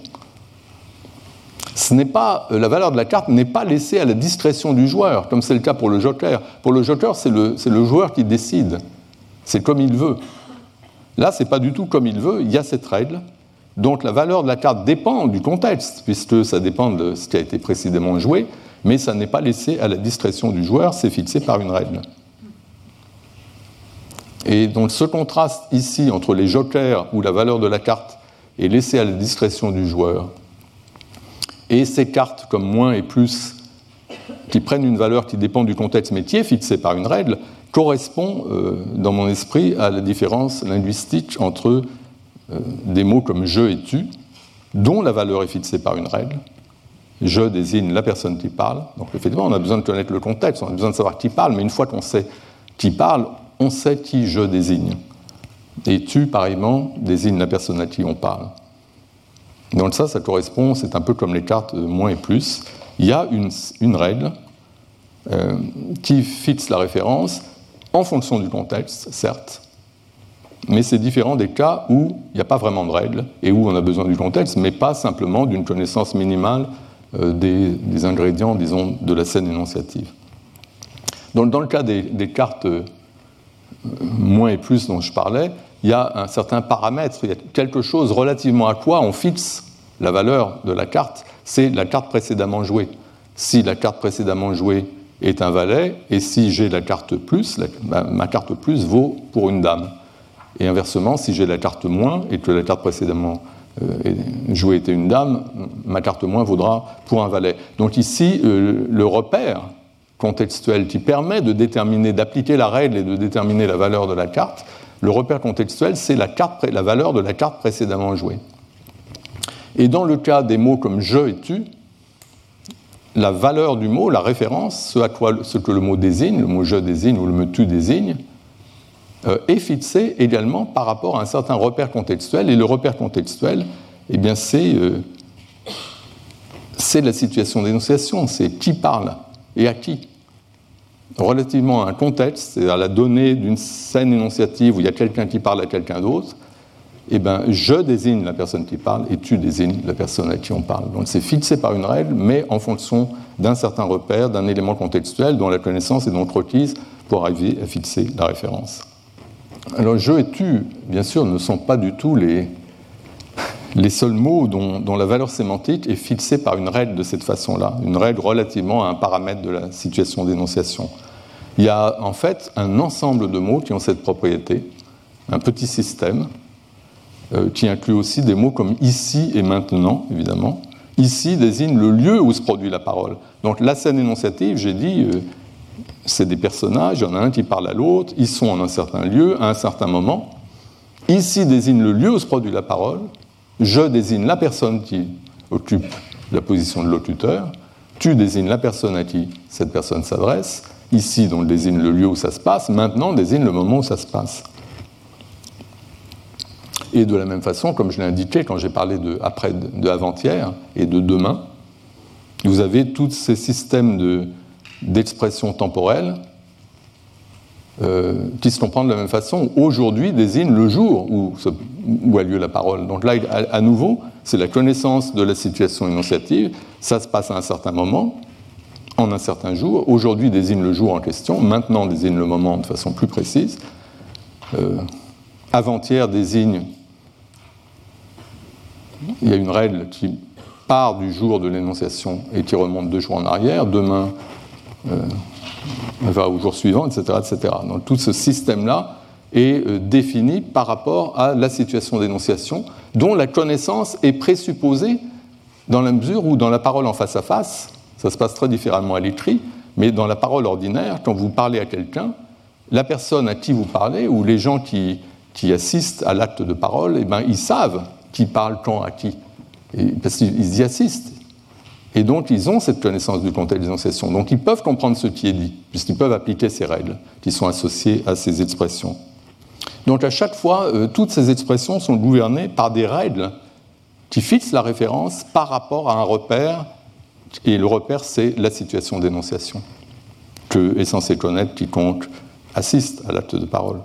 Ce n'est pas, la valeur de la carte n'est pas laissée à la discrétion du joueur, comme c'est le cas pour le joker. Pour le joker, c'est le, c'est le joueur qui décide. C'est comme il veut. Là, ce n'est pas du tout comme il veut. Il y a cette règle. Donc, la valeur de la carte dépend du contexte, puisque ça dépend de ce qui a été précédemment joué, mais ça n'est pas laissé à la discrétion du joueur, c'est fixé par une règle. Et donc, ce contraste ici entre les jokers, où la valeur de la carte est laissée à la discrétion du joueur, et ces cartes comme moins et plus, qui prennent une valeur qui dépend du contexte mais qui est fixée par une règle, correspond, euh, dans mon esprit, à la différence linguistique entre euh, des mots comme « je » et « tu », dont la valeur est fixée par une règle. Je désigne la personne qui parle. Donc, effectivement, on a besoin de connaître le contexte, on a besoin de savoir qui parle, mais une fois qu'on sait qui parle, on sait qui je désigne. Et « tu », pareillement, désigne la personne à qui on parle. Donc ça, ça correspond, c'est un peu comme les cartes moins et plus, il y a une, une règle euh, qui fixe la référence en fonction du contexte, certes, mais c'est différent des cas où il n'y a pas vraiment de règle et où on a besoin du contexte, mais pas simplement d'une connaissance minimale euh, des, des ingrédients, disons, de la scène énonciative. Donc, dans le cas des, des cartes euh, moins et plus dont je parlais, il y a un certain paramètre, il y a quelque chose relativement à quoi on fixe la valeur de la carte, c'est la carte précédemment jouée. Si la carte précédemment jouée est un valet, et si j'ai la carte plus, la, ma, ma carte plus vaut pour une dame. Et inversement, si j'ai la carte moins et que la carte précédemment euh, jouée était une dame, ma carte moins vaudra pour un valet. Donc ici, euh, le repère contextuel qui permet de déterminer, d'appliquer la règle et de déterminer la valeur de la carte, le repère contextuel, c'est la, carte, la valeur de la carte précédemment jouée. Et dans le cas des mots comme « je » et « tu », la valeur du mot, la référence, ce, à quoi, ce que le mot désigne, le mot « je » désigne ou le mot « tu » désigne, euh, est fixé également par rapport à un certain repère contextuel. Et le repère contextuel, eh bien, c'est, euh, c'est la situation d'énonciation, c'est qui parle et à qui. Relativement à un contexte, c'est-à-dire à la donnée d'une scène énonciative où il y a quelqu'un qui parle à quelqu'un d'autre, eh bien, je désigne la personne qui parle et tu désignes la personne à qui on parle. Donc c'est fixé par une règle, mais en fonction d'un certain repère, d'un élément contextuel dont la connaissance est donc requise pour arriver à fixer la référence. Alors je et tu, bien sûr, ne sont pas du tout les, les seuls mots dont, dont la valeur sémantique est fixée par une règle de cette façon-là, une règle relativement à un paramètre de la situation d'énonciation. Il y a en fait un ensemble de mots qui ont cette propriété, un petit système, euh, qui inclut aussi des mots comme ici et maintenant, évidemment. Ici désigne le lieu où se produit la parole. Donc la scène énonciative, j'ai dit, euh, c'est des personnages, il y en a un qui parle à l'autre, ils sont en un certain lieu, à un certain moment. Ici désigne le lieu où se produit la parole. Je désigne la personne qui occupe la position de locuteur. Tu désigne la personne à qui cette personne s'adresse. Ici, donc, désigne le lieu où ça se passe. Maintenant, désigne le moment où ça se passe. Et de la même façon, comme je l'ai indiqué quand j'ai parlé de, après, de avant-hier et de demain, vous avez tous ces systèmes de, d'expression temporelle euh, qui se comprennent de la même façon. Aujourd'hui désigne le jour où, où a lieu la parole. Donc là, à, à nouveau, c'est la connaissance de la situation énonciative. Ça se passe à un certain moment, en un certain jour. Aujourd'hui désigne le jour en question. Maintenant désigne le moment de façon plus précise. Euh, avant-hier désigne... Il y a une règle qui part du jour de l'énonciation et qui remonte deux jours en arrière. Demain euh, va au jour suivant, et cetera, et cetera. Donc tout ce système-là est euh, défini par rapport à la situation d'énonciation, dont la connaissance est présupposée dans la mesure où, dans la parole en face à face, ça se passe très différemment à l'écrit, mais dans la parole ordinaire, quand vous parlez à quelqu'un, la personne à qui vous parlez, ou les gens qui, qui assistent à l'acte de parole, eh ben, ils savent qui parle quand à qui, et, parce qu'ils y assistent. Et donc, ils ont cette connaissance du contexte d'énonciation. Donc, ils peuvent comprendre ce qui est dit, puisqu'ils peuvent appliquer ces règles qui sont associées à ces expressions. Donc, à chaque fois, euh, toutes ces expressions sont gouvernées par des règles qui fixent la référence par rapport à un repère, et le repère, c'est la situation d'énonciation, que est censé connaître quiconque assiste à l'acte de parole.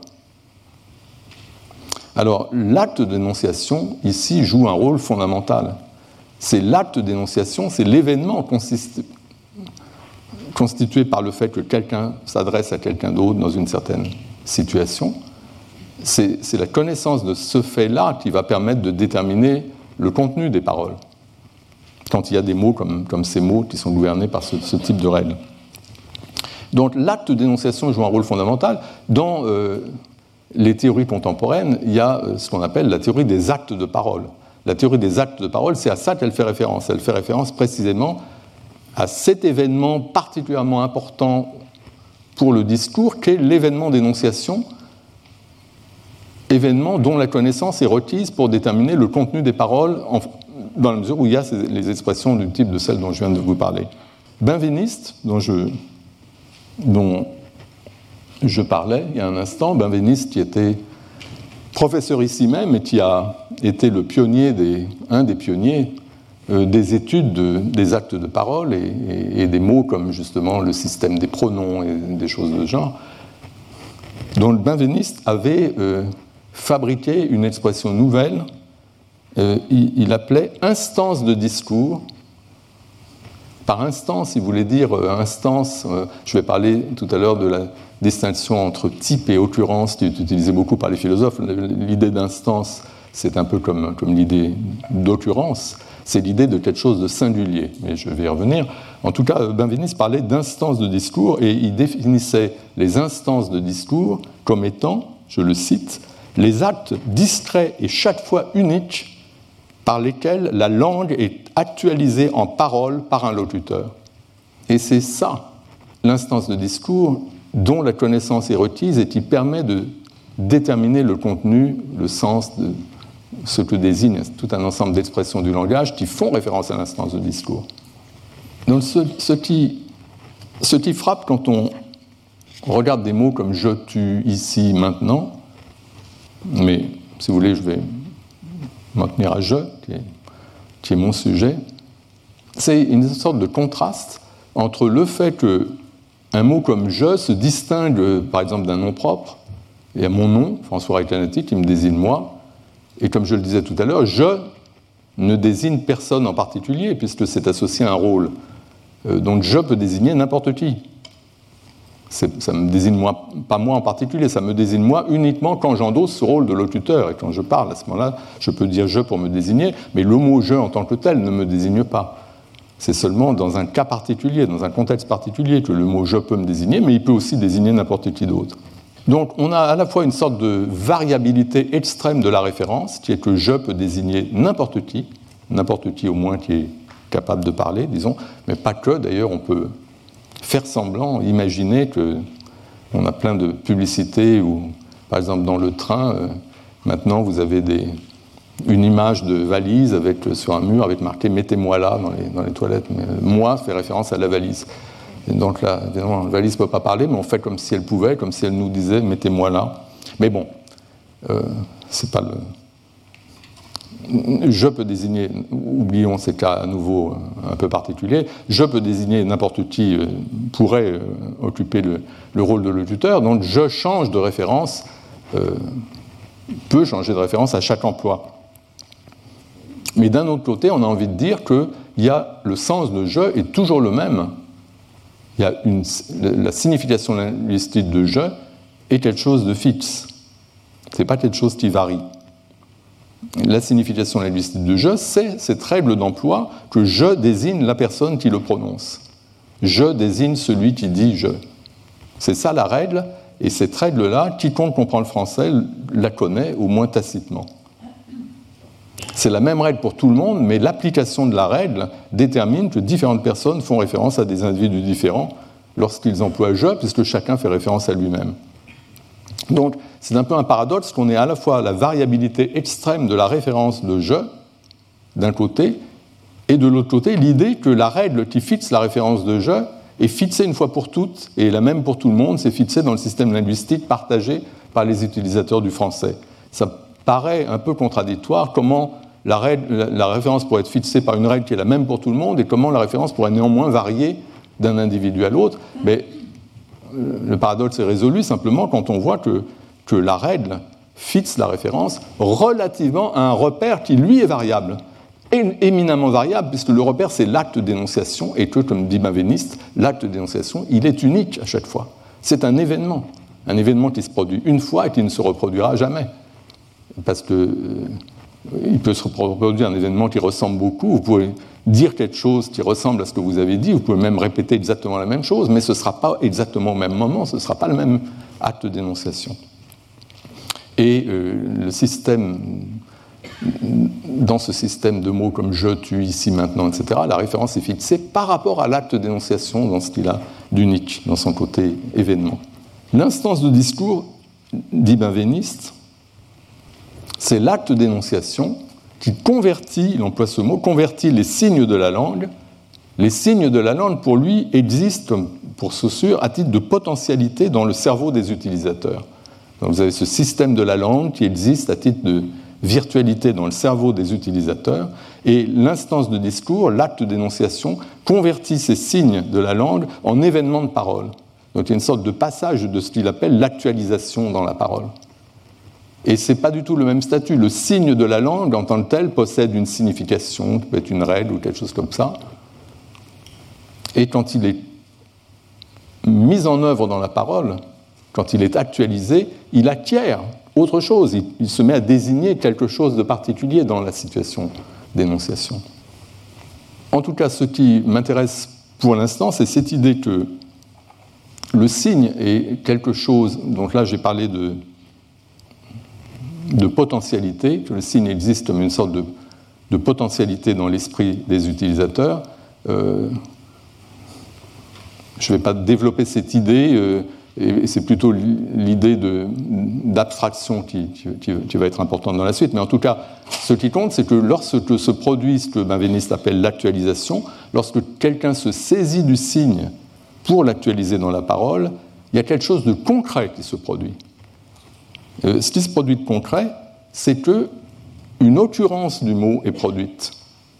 Alors, l'acte d'énonciation, ici, joue un rôle fondamental. C'est l'acte d'énonciation, c'est l'événement consist... constitué par le fait que quelqu'un s'adresse à quelqu'un d'autre dans une certaine situation. C'est, c'est la connaissance de ce fait-là qui va permettre de déterminer le contenu des paroles, quand il y a des mots comme, comme ces mots qui sont gouvernés par ce, ce type de règles. Donc, l'acte d'énonciation joue un rôle fondamental. Dans... Euh, les théories contemporaines, il y a ce qu'on appelle la théorie des actes de parole. La théorie des actes de parole, c'est à ça qu'elle fait référence. Elle fait référence précisément à cet événement particulièrement important pour le discours, qu'est l'événement d'énonciation, événement dont la connaissance est requise pour déterminer le contenu des paroles, en, dans la mesure où il y a ces, les expressions du type de celles dont je viens de vous parler. Benveniste, dont je... dont Je parlais il y a un instant, Benveniste qui était professeur ici même et qui a été le pionnier des, un des pionniers euh, des études de, des actes de parole et, et, et des mots comme justement le système des pronoms et des choses de ce genre, dont le benveniste avait euh, fabriqué une expression nouvelle. Euh, il, il appelait instance de discours. Par instance, il voulait dire euh, instance, euh, je vais parler tout à l'heure de la distinction entre type et occurrence qui est utilisée beaucoup par les philosophes. L'idée d'instance, c'est un peu comme, comme l'idée d'occurrence, c'est l'idée de quelque chose de singulier, mais je vais y revenir. En tout cas, Benveniste parlait d'instances de discours et il définissait les instances de discours comme étant, je le cite, les actes discrets et chaque fois uniques par lesquels la langue est actualisée en parole par un locuteur. Et c'est ça, l'instance de discours, dont la connaissance est requise et qui permet de déterminer le contenu, le sens de ce que désigne tout un ensemble d'expressions du langage qui font référence à l'instance de discours. Donc ce, ce, qui, ce qui frappe quand on regarde des mots comme « je »,« tu »,« ici »,« maintenant », mais si vous voulez, je vais m'en tenir à « je », qui est, qui est mon sujet, c'est une sorte de contraste entre le fait que un mot comme « je » se distingue, par exemple, d'un nom propre. Il y a mon nom, François Recanati, qui me désigne moi. Et comme je le disais tout à l'heure, « je » ne désigne personne en particulier, puisque c'est associé à un rôle. Euh, donc « je » peut désigner n'importe qui. C'est, ça ne me désigne moi, pas moi en particulier, ça me désigne moi uniquement quand j'endosse ce rôle de locuteur. Et quand je parle, à ce moment-là, je peux dire « je » pour me désigner, mais le mot « je » en tant que tel ne me désigne pas. C'est seulement dans un cas particulier, dans un contexte particulier que le mot « je » peut me désigner, mais il peut aussi désigner n'importe qui d'autre. Donc on a à la fois une sorte de variabilité extrême de la référence, qui est que « je » peut désigner n'importe qui, n'importe qui au moins qui est capable de parler, disons, mais pas que, d'ailleurs on peut faire semblant, imaginer qu'on a plein de publicités où, par exemple dans le train, euh, maintenant vous avez des... une image de valise avec, sur un mur avec marqué « mettez-moi là » dans les, dans les toilettes. Mais « moi » fait référence à la valise. Et donc là, évidemment, la valise ne peut pas parler, mais on fait comme si elle pouvait, comme si elle nous disait « mettez-moi là ». Mais bon, euh, c'est pas le... Je peux désigner, oublions ces cas à nouveau un peu particuliers, je peux désigner n'importe qui euh, pourrait euh, occuper le, le rôle de locuteur, donc je change de référence, euh, peut changer de référence à chaque emploi. Mais d'un autre côté, on a envie de dire que il y a, le sens de « je » est toujours le même. Il y a une, la signification linguistique de « je » est quelque chose de fixe. Ce n'est pas quelque chose qui varie. La signification linguistique de « je », c'est cette règle d'emploi que « je » désigne la personne qui le prononce. « Je » désigne celui qui dit « je ». C'est ça la règle, et cette règle-là, quiconque comprend le français la connaît, au moins tacitement. C'est la même règle pour tout le monde, mais l'application de la règle détermine que différentes personnes font référence à des individus différents lorsqu'ils emploient « je », puisque chacun fait référence à lui-même. Donc, c'est un peu un paradoxe qu'on ait à la fois la variabilité extrême de la référence de « je » d'un côté, et de l'autre côté, l'idée que la règle qui fixe la référence de « je » est fixée une fois pour toutes, et la même pour tout le monde, c'est fixé dans le système linguistique partagé par les utilisateurs du français. Ça paraît un peu contradictoire, comment la, règle, la, la référence pourrait être fixée par une règle qui est la même pour tout le monde, et comment la référence pourrait néanmoins varier d'un individu à l'autre. Mais le paradoxe est résolu simplement quand on voit que, que la règle fixe la référence relativement à un repère qui, lui, est variable. Et éminemment variable, puisque le repère, c'est l'acte d'énonciation, et que, comme dit Benveniste, l'acte d'énonciation, il est unique à chaque fois. C'est un événement, un événement qui se produit une fois et qui ne se reproduira jamais. Parce que euh, il peut se reproduire un événement qui ressemble beaucoup, vous pouvez dire quelque chose qui ressemble à ce que vous avez dit, vous pouvez même répéter exactement la même chose, mais ce ne sera pas exactement au même moment, ce ne sera pas le même acte d'énonciation. Et euh, le système, dans ce système de mots comme « je »,« tu »,« ici »,« maintenant », et cetera, la référence est fixée par rapport à l'acte d'énonciation dans ce qu'il a d'unique, dans son côté événement. L'instance de discours, dit Benveniste, c'est l'acte d'énonciation qui convertit, il emploie ce mot, convertit les signes de la langue. Les signes de la langue, pour lui, existent, comme pour Saussure, à titre de potentialité dans le cerveau des utilisateurs. Donc vous avez ce système de la langue qui existe à titre de virtualité dans le cerveau des utilisateurs, et l'instance de discours, l'acte d'énonciation, convertit ces signes de la langue en événements de parole. Donc il y a une sorte de passage de ce qu'il appelle l'actualisation dans la parole. Et ce n'est pas du tout le même statut. Le signe de la langue, en tant que tel, possède une signification, qui peut être une règle ou quelque chose comme ça. Et quand il est mis en œuvre dans la parole, quand il est actualisé, il acquiert autre chose. Il, il se met à désigner quelque chose de particulier dans la situation d'énonciation. En tout cas, ce qui m'intéresse pour l'instant, c'est cette idée que le signe est quelque chose, donc là j'ai parlé de, de potentialité, que le signe existe comme une sorte de, de potentialité dans l'esprit des utilisateurs. Euh, je ne vais pas développer cette idée, euh, et c'est plutôt l'idée de, d'abstraction qui, qui, qui va être importante dans la suite, mais en tout cas, ce qui compte, c'est que lorsque se produit ce que Benveniste appelle l'actualisation, lorsque quelqu'un se saisit du signe pour l'actualiser dans la parole, il y a quelque chose de concret qui se produit. Euh, ce qui se produit de concret, c'est qu'une occurrence du mot est produite.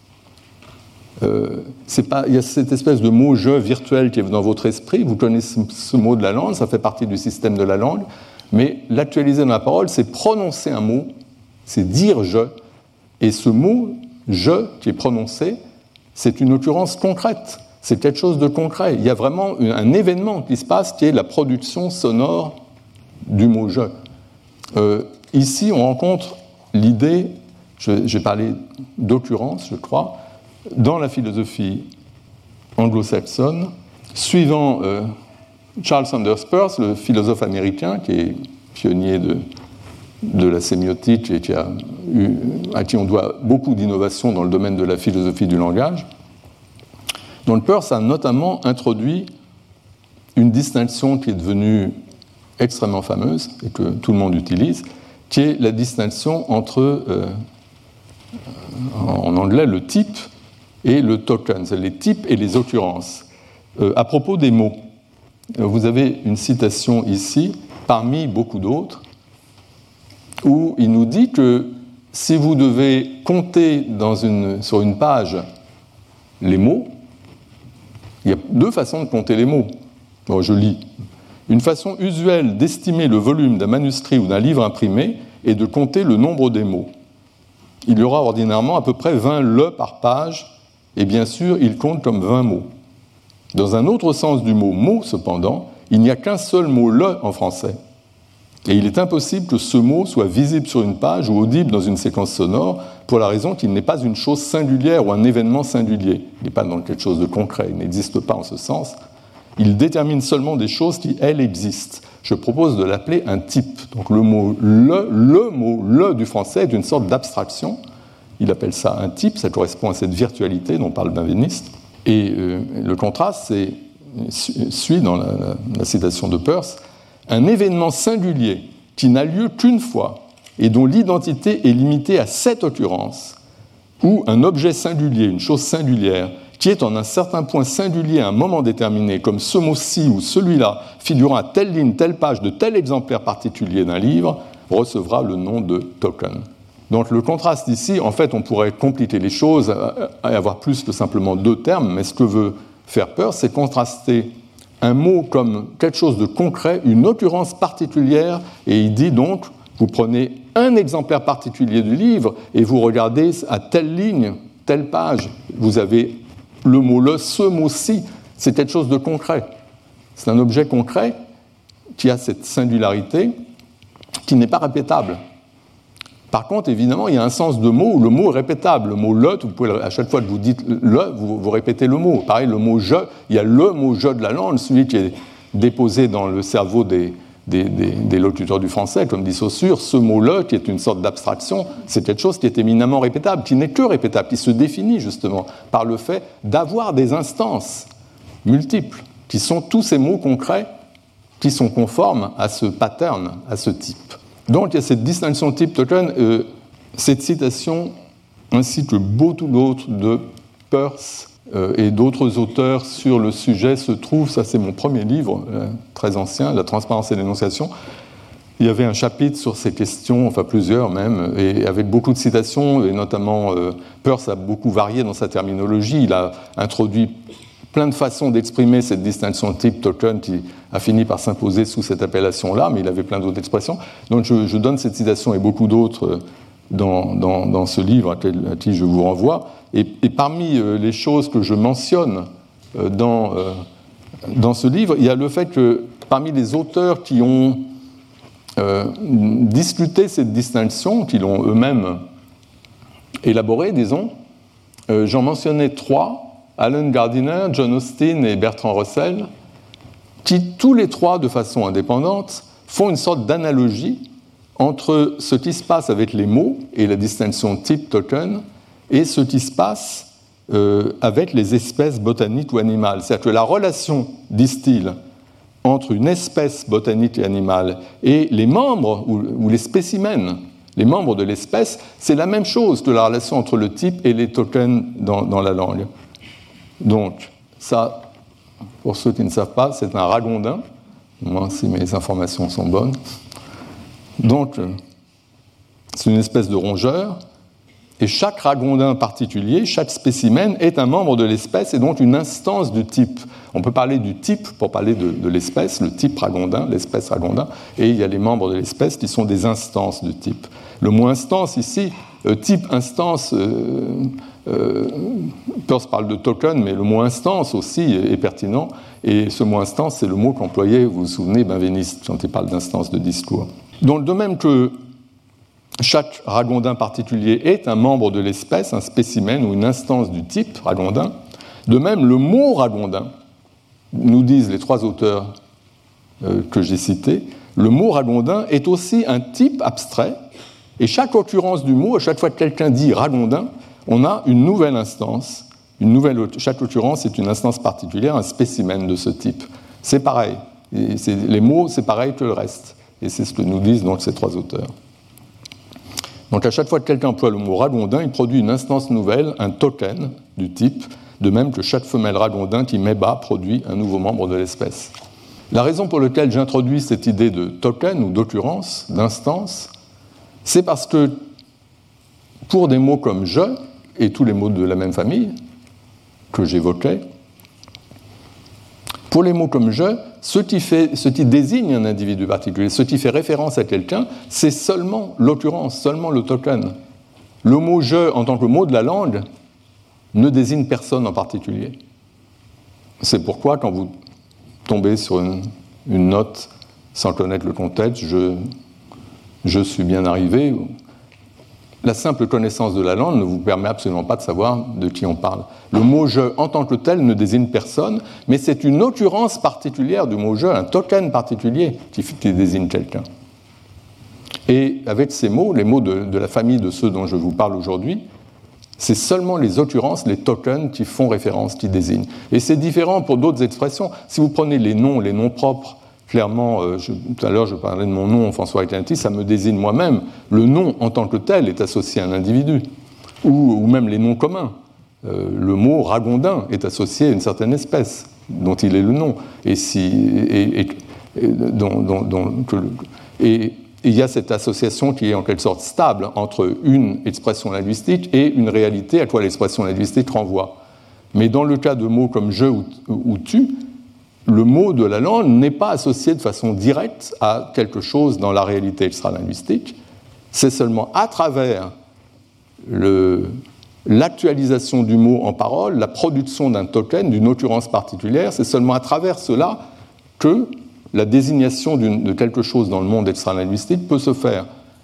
Euh, c'est pas, il y a cette espèce de mot « je » virtuel qui est dans votre esprit, vous connaissez ce mot de la langue, ça fait partie du système de la langue, mais l'actualiser dans la parole, c'est prononcer un mot, c'est dire « je », et ce mot « je » qui est prononcé, c'est une occurrence concrète. C'est quelque chose de concret. Il y a vraiment un événement qui se passe qui est la production sonore du mot « je ». Euh, ici, on rencontre l'idée, je, j'ai parlé d'occurrence, je crois, dans la philosophie anglo-saxonne, suivant euh, Charles Sanders Peirce, le philosophe américain qui est pionnier de, de la sémiotique et qui a eu, à qui on doit beaucoup d'innovations dans le domaine de la philosophie du langage. Donc Peirce a notamment introduit une distinction qui est devenue extrêmement fameuse et que tout le monde utilise, qui est la distinction entre, euh, en anglais, le type et le token, c'est les types et les occurrences. Euh, à propos des mots, vous avez une citation ici, parmi beaucoup d'autres, où il nous dit que si vous devez compter dans une, sur une page les mots, il y a deux façons de compter les mots. Bon, je lis. Une façon usuelle d'estimer le volume d'un manuscrit ou d'un livre imprimé est de compter le nombre des mots. Il y aura ordinairement à peu près vingt le par page, et bien sûr, il compte comme vingt mots. Dans un autre sens du mot « mot », cependant, il n'y a qu'un seul mot « le » en français. Et il est impossible que ce mot soit visible sur une page ou audible dans une séquence sonore pour la raison qu'il n'est pas une chose singulière ou un événement singulier. Il n'est pas dans quelque chose de concret, il n'existe pas en ce sens. Il détermine seulement des choses qui, elles, existent. Je propose de l'appeler un type. Donc le mot « le », le mot « le » du français est une sorte d'abstraction. Il appelle ça un type, ça correspond à cette virtualité dont parle Benveniste. Et euh, le contraste c'est, suit dans la, la, la citation de Peirce, un événement singulier qui n'a lieu qu'une fois et dont l'identité est limitée à cette occurrence, ou un objet singulier, une chose singulière, qui est en un certain point singulier à un moment déterminé, comme ce mot-ci ou celui-là, figurant à telle ligne, telle page de tel exemplaire particulier d'un livre, recevra le nom de token. Donc le contraste ici, en fait, on pourrait compliquer les choses et avoir plus que simplement deux termes, mais ce que veut faire Peirce, c'est contraster un mot comme quelque chose de concret, une occurrence particulière, et il dit donc, vous prenez un exemplaire particulier du livre et vous regardez à telle ligne, telle page, vous avez le mot « le », ce mot-ci, c'est quelque chose de concret. C'est un objet concret qui a cette singularité qui n'est pas répétable. Par contre, évidemment, il y a un sens de mot où le mot est répétable. Le mot « le », vous pouvez, à chaque fois que vous dites « le », vous, vous répétez le mot. Pareil, le mot « je », il y a le mot « je » de la langue, celui qui est déposé dans le cerveau des, des, des, des locuteurs du français, comme dit Saussure. Ce mot « le », qui est une sorte d'abstraction, c'est quelque chose qui est éminemment répétable, qui n'est que répétable, qui se définit justement par le fait d'avoir des instances multiples, qui sont tous ces mots concrets qui sont conformes à ce pattern, à ce type. Donc il y a cette distinction type-token, euh, cette citation, ainsi que beaucoup d'autres de Peirce euh, et d'autres auteurs sur le sujet se trouve, ça c'est mon premier livre, euh, très ancien, La transparence et l'énonciation, il y avait un chapitre sur ces questions, enfin plusieurs même, et avec beaucoup de citations, et notamment euh, Peirce a beaucoup varié dans sa terminologie. Il a introduit plein de façons d'exprimer cette distinction type-token qui a fini par s'imposer sous cette appellation-là, mais il avait plein d'autres expressions. Donc je, je donne cette citation et beaucoup d'autres dans, dans, dans ce livre à qui, à qui je vous renvoie. Et, et parmi les choses que je mentionne dans, dans ce livre, il y a le fait que parmi les auteurs qui ont euh, discuté cette distinction, qui l'ont eux-mêmes élaborée, disons, euh, j'en mentionnais trois, Alan Gardiner, John Austin et Bertrand Russell, qui tous les trois, de façon indépendante, font une sorte d'analogie entre ce qui se passe avec les mots et la distinction type-token et ce qui se passe euh, avec les espèces botaniques ou animales. C'est-à-dire que la relation, disent-ils, entre une espèce botanique et animale et les membres ou, ou les spécimens, les membres de l'espèce, c'est la même chose que la relation entre le type et les tokens dans, dans la langue. Donc, ça, pour ceux qui ne savent pas, c'est un ragondin, moi, si mes informations sont bonnes. Donc, c'est une espèce de rongeur, et chaque ragondin particulier, chaque spécimen est un membre de l'espèce et donc une instance du type. On peut parler du type pour parler de, de l'espèce, le type ragondin, l'espèce ragondin, et il y a les membres de l'espèce qui sont des instances du type. Le mot instance ici, euh, type, instance, euh, euh, Peirce parle de token, mais le mot instance aussi est, est pertinent, et ce mot instance, c'est le mot qu'employait, vous vous souvenez, Benveniste, quand il parle d'instance de discours. Donc, de même que chaque ragondin particulier est un membre de l'espèce, un spécimen ou une instance du type ragondin, de même, le mot ragondin, nous disent les trois auteurs euh, que j'ai cités, le mot ragondin est aussi un type abstrait, et chaque occurrence du mot, à chaque fois que quelqu'un dit ragondin, on a une nouvelle instance, une nouvelle, chaque occurrence est une instance particulière, un spécimen de ce type. C'est pareil, et c'est, les mots, c'est pareil que le reste, et c'est ce que nous disent donc ces trois auteurs. Donc à chaque fois que quelqu'un emploie le mot ragondin, il produit une instance nouvelle, un token du type, de même que chaque femelle ragondin qui met bas produit un nouveau membre de l'espèce. La raison pour laquelle j'introduis cette idée de token ou d'occurrence, d'instance, c'est parce que pour des mots comme « je » et tous les mots de la même famille que j'évoquais, pour les mots comme « je », ce qui, fait, ce qui désigne un individu particulier, ce qui fait référence à quelqu'un, c'est seulement l'occurrence, seulement le token. Le mot « je » en tant que mot de la langue ne désigne personne en particulier. C'est pourquoi quand vous tombez sur une, une note sans connaître le contexte, je, je suis bien arrivé, la simple connaissance de la langue ne vous permet absolument pas de savoir de qui on parle. Le mot « je » en tant que tel ne désigne personne, mais c'est une occurrence particulière du mot « je », un token particulier qui, qui désigne quelqu'un. Et avec ces mots, les mots de, de la famille de ceux dont je vous parle aujourd'hui, c'est seulement les occurrences, les tokens qui font référence, qui désignent. Et c'est différent pour d'autres expressions. Si vous prenez les noms, les noms propres, clairement, euh, je, tout à l'heure je parlais de mon nom, François Recanati, ça me désigne moi-même. Le nom en tant que tel est associé à un individu. Ou, ou même les noms communs. Euh, le mot ragondin est associé à une certaine espèce dont il est le nom. Et si, et, et, et, dont, dont, dont, que, et il y a cette association qui est en quelque sorte stable entre une expression linguistique et une réalité à quoi l'expression linguistique renvoie. Mais dans le cas de mots comme « je » ou, ou « tu », le mot de la langue n'est pas associé de façon directe à quelque chose dans la réalité extralinguistique. C'est seulement à travers le, l'actualisation du mot en parole, la production d'un token, d'une occurrence particulière, c'est seulement à travers cela que la désignation d'une, de quelque chose dans le monde extralinguistique peut se faire.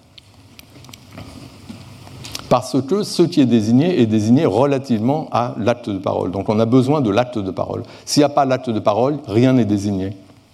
Parce que ce qui est désigné est désigné relativement à l'acte de parole. Donc on a besoin de l'acte de parole. S'il n'y a pas l'acte de parole, rien n'est désigné.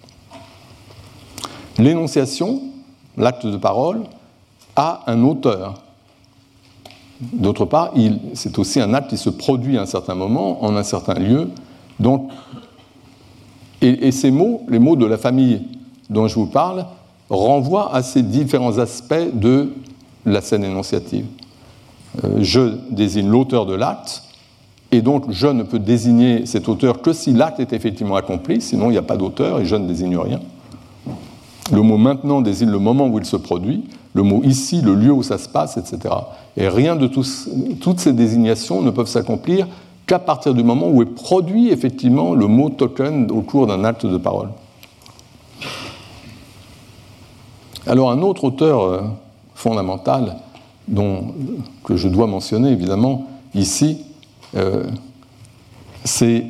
L'énonciation, l'acte de parole, a un auteur. D'autre part, il, c'est aussi un acte qui se produit à un certain moment, en un certain lieu. Donc, et, et ces mots, les mots de la famille dont je vous parle, renvoient à ces différents aspects de la scène énonciative. Je désigne l'auteur de l'acte, et donc je ne peux désigner cet auteur que si l'acte est effectivement accompli, sinon il n'y a pas d'auteur et je ne désigne rien. Le mot maintenant désigne le moment où il se produit, le mot ici, le lieu où ça se passe, et cetera. Et rien de tous, toutes ces désignations ne peuvent s'accomplir qu'à partir du moment où est produit effectivement le mot token au cours d'un acte de parole. Alors un autre auteur euh, fondamental dont, que je dois mentionner évidemment ici, euh, c'est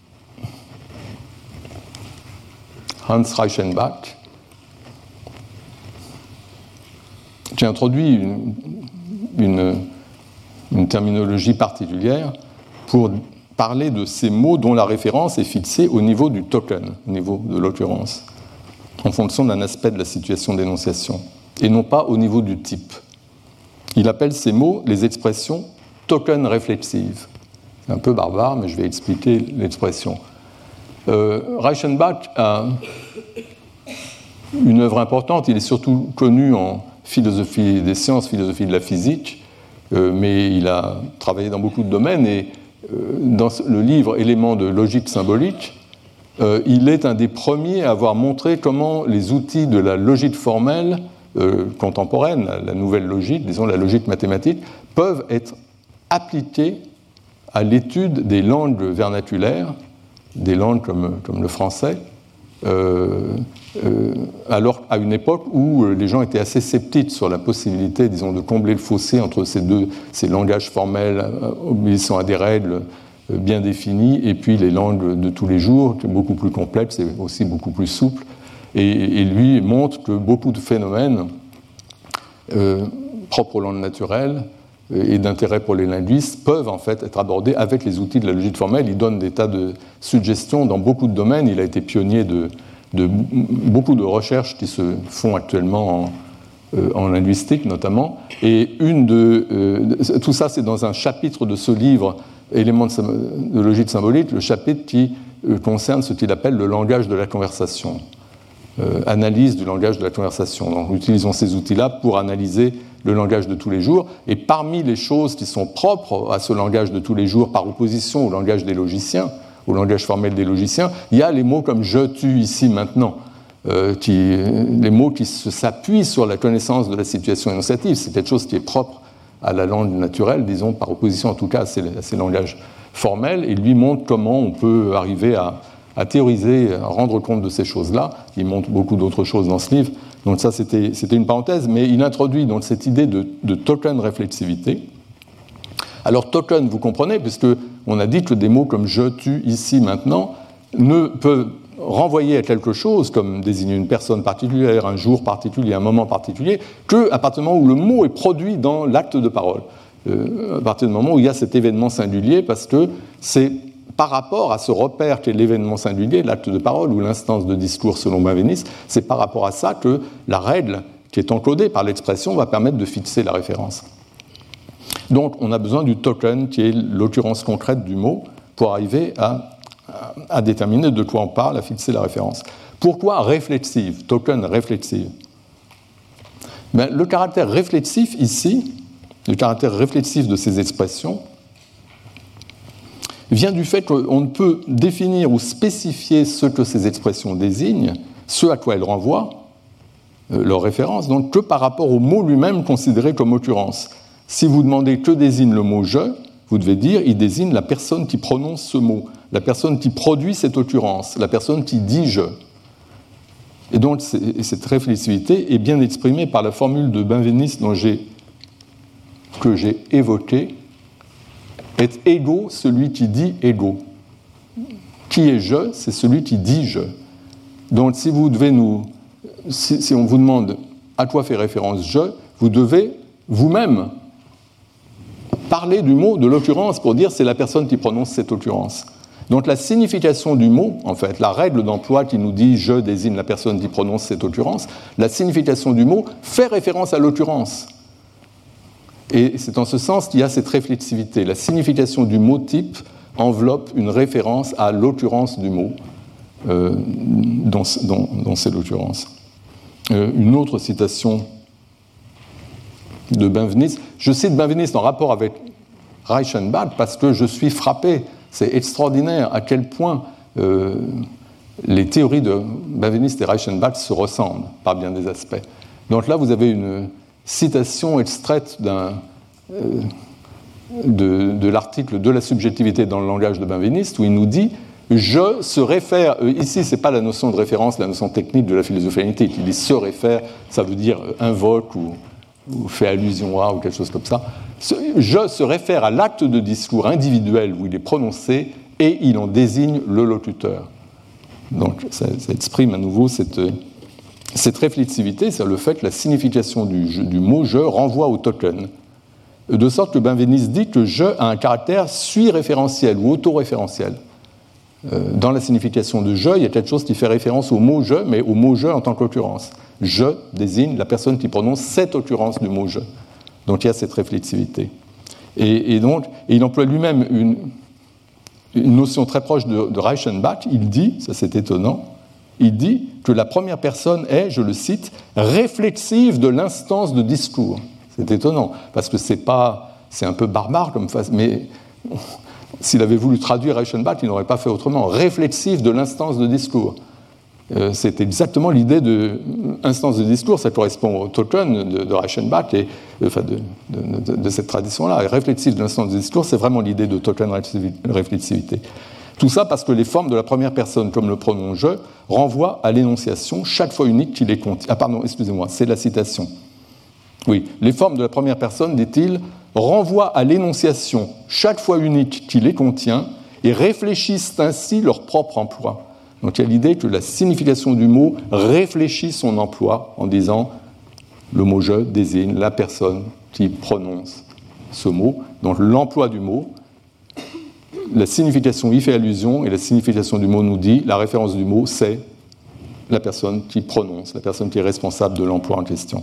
Hans Reichenbach, qui a introduit une, une, une terminologie particulière pour parler de ces mots dont la référence est fixée au niveau du token, au niveau de l'occurrence, en fonction d'un aspect de la situation d'énonciation, et non pas au niveau du type. Il appelle ces mots les expressions token réflexives. C'est un peu barbare, mais je vais expliquer l'expression. Euh, Reichenbach a une œuvre importante. Il est surtout connu en philosophie des sciences, philosophie de la physique, euh, mais il a travaillé dans beaucoup de domaines. Et euh, dans le livre Éléments de logique symbolique, euh, il est un des premiers à avoir montré comment les outils de la logique formelle euh, contemporaine, la, la nouvelle logique, disons la logique mathématique, peuvent être appliqués à l'étude des langues vernaculaires, des langues comme, comme le français, euh, euh, alors à une époque où les gens étaient assez sceptiques sur la possibilité, disons, de combler le fossé entre ces deux, ces langages formels obéissant à des règles bien définies, et puis les langues de tous les jours, qui sont beaucoup plus complexes et aussi beaucoup plus souples. Et, et lui montre que beaucoup de phénomènes euh, propres aux langues naturelles et d'intérêt pour les linguistes peuvent en fait être abordés avec les outils de la logique formelle. Il donne des tas de suggestions dans beaucoup de domaines. Il a été pionnier de, de beaucoup de recherches qui se font actuellement en, euh, en linguistique notamment. Et une de, euh, tout ça, c'est dans un chapitre de ce livre, Éléments de, de logique symbolique, le chapitre qui euh, concerne ce qu'il appelle le langage de la conversation. Euh, analyse du langage de la conversation. Donc, utilisons ces outils-là pour analyser le langage de tous les jours. Et parmi les choses qui sont propres à ce langage de tous les jours, par opposition au langage des logiciens, au langage formel des logiciens, il y a les mots comme « je »,« tu »,« ici »,« maintenant », euh, qui, les mots qui s'appuient sur la connaissance de la situation énonciative. C'est quelque chose qui est propre à la langue naturelle, disons, par opposition en tout cas à ces, à ces langages formels. Et lui montre comment on peut arriver à à théoriser, à rendre compte de ces choses-là. Il montre beaucoup d'autres choses dans ce livre. Donc ça, c'était, c'était une parenthèse, mais il introduit donc cette idée de, de token réflexivité. Alors token, vous comprenez, puisqu'on a dit que des mots comme « je »,« tu »,« ici »,« maintenant » ne peuvent renvoyer à quelque chose, comme désigner une personne particulière, un jour particulier, un moment particulier, qu'à partir du moment où le mot est produit dans l'acte de parole. Euh, à partir du moment où il y a cet événement singulier, parce que c'est par rapport à ce repère qu'est l'événement singulier, l'acte de parole ou l'instance de discours selon Benveniste, c'est par rapport à ça que la règle qui est encodée par l'expression va permettre de fixer la référence. Donc on a besoin du token, qui est l'occurrence concrète du mot, pour arriver à, à, à déterminer de quoi on parle, à fixer la référence. Pourquoi réflexive, token réflexive ? Ben, le caractère réflexif ici, le caractère réflexif de ces expressions, vient du fait qu'on ne peut définir ou spécifier ce que ces expressions désignent, ce à quoi elles renvoient, euh, leur référence, donc que par rapport au mot lui-même considéré comme occurrence. Si vous demandez que désigne le mot « je », vous devez dire « il désigne la personne qui prononce ce mot, la personne qui produit cette occurrence, la personne qui dit « je ». Et donc cette réflexivité est bien exprimée par la formule de Benveniste dont j'ai, que j'ai évoquée, est ego celui qui dit ego. Qui est je ? C'est celui qui dit je. Donc si vous devez nous, si, si on vous demande à quoi fait référence je, vous devez vous-même parler du mot, de l'occurrence, pour dire c'est la personne qui prononce cette occurrence. Donc la signification du mot, en fait, la règle d'emploi qui nous dit je désigne la personne qui prononce cette occurrence, la signification du mot fait référence à l'occurrence. Et c'est en ce sens qu'il y a cette réflexivité. La signification du mot type enveloppe une référence à l'occurrence du mot, euh, dont, dont, dont c'est l'occurrence. Euh, une autre citation de Benveniste. Je cite Benveniste en rapport avec Reichenbach parce que je suis frappé. C'est extraordinaire à quel point euh, les théories de Benveniste et Reichenbach se ressemblent par bien des aspects. Donc là, vous avez une citation extraite d'un, euh, de, de l'article de la subjectivité dans le langage de Benveniste, où il nous dit « je se réfère », ici, ce n'est pas la notion de référence, la notion technique de la philosophie analytique, il dit « se réfère », ça veut dire « invoque » ou, ou « fait allusion à » ou quelque chose comme ça. « Je » se réfère à l'acte de discours individuel où il est prononcé et il en désigne le locuteur. Donc ça, ça exprime à nouveau cette, cette réflexivité, c'est le fait que la signification du, jeu, du mot « je » renvoie au token, de sorte que Benveniste dit que « je » a un caractère sui-référentiel ou autoréférentiel. Euh, dans la signification de « je », il y a quelque chose qui fait référence au mot « je », mais au mot « je » en tant qu'occurrence. « Je » désigne la personne qui prononce cette occurrence du mot « je ». Donc il y a cette réflexivité. Et, et donc, et il emploie lui-même une... une notion très proche de, de Reichenbach, il dit, ça c'est étonnant, il dit que la première personne est, je le cite, réflexive de l'instance de discours. C'est étonnant, parce que c'est pas, c'est un peu barbare comme face, mais s'il avait voulu traduire Reichenbach, il n'aurait pas fait autrement. Réflexive de l'instance de discours. Euh, c'est exactement l'idée de instance de discours, ça correspond au token de, de Reichenbach, et, enfin de, de, de, de cette tradition-là. Et réflexive de l'instance de discours, c'est vraiment l'idée de token réflexivité. Tout ça parce que les formes de la première personne, comme le pronom « je », renvoient à l'énonciation, chaque fois unique qui les contient. Ah pardon, excusez-moi, c'est la citation. Oui, les formes de la première personne, dit-il, renvoient à l'énonciation, chaque fois unique qui les contient, et réfléchissent ainsi leur propre emploi. Donc il y a l'idée que la signification du mot réfléchit son emploi en disant le mot « je » désigne la personne qui prononce ce mot. Donc l'emploi du mot, la signification y fait allusion et la signification du mot nous dit la référence du mot c'est la personne qui prononce, la personne qui est responsable de l'emploi en question.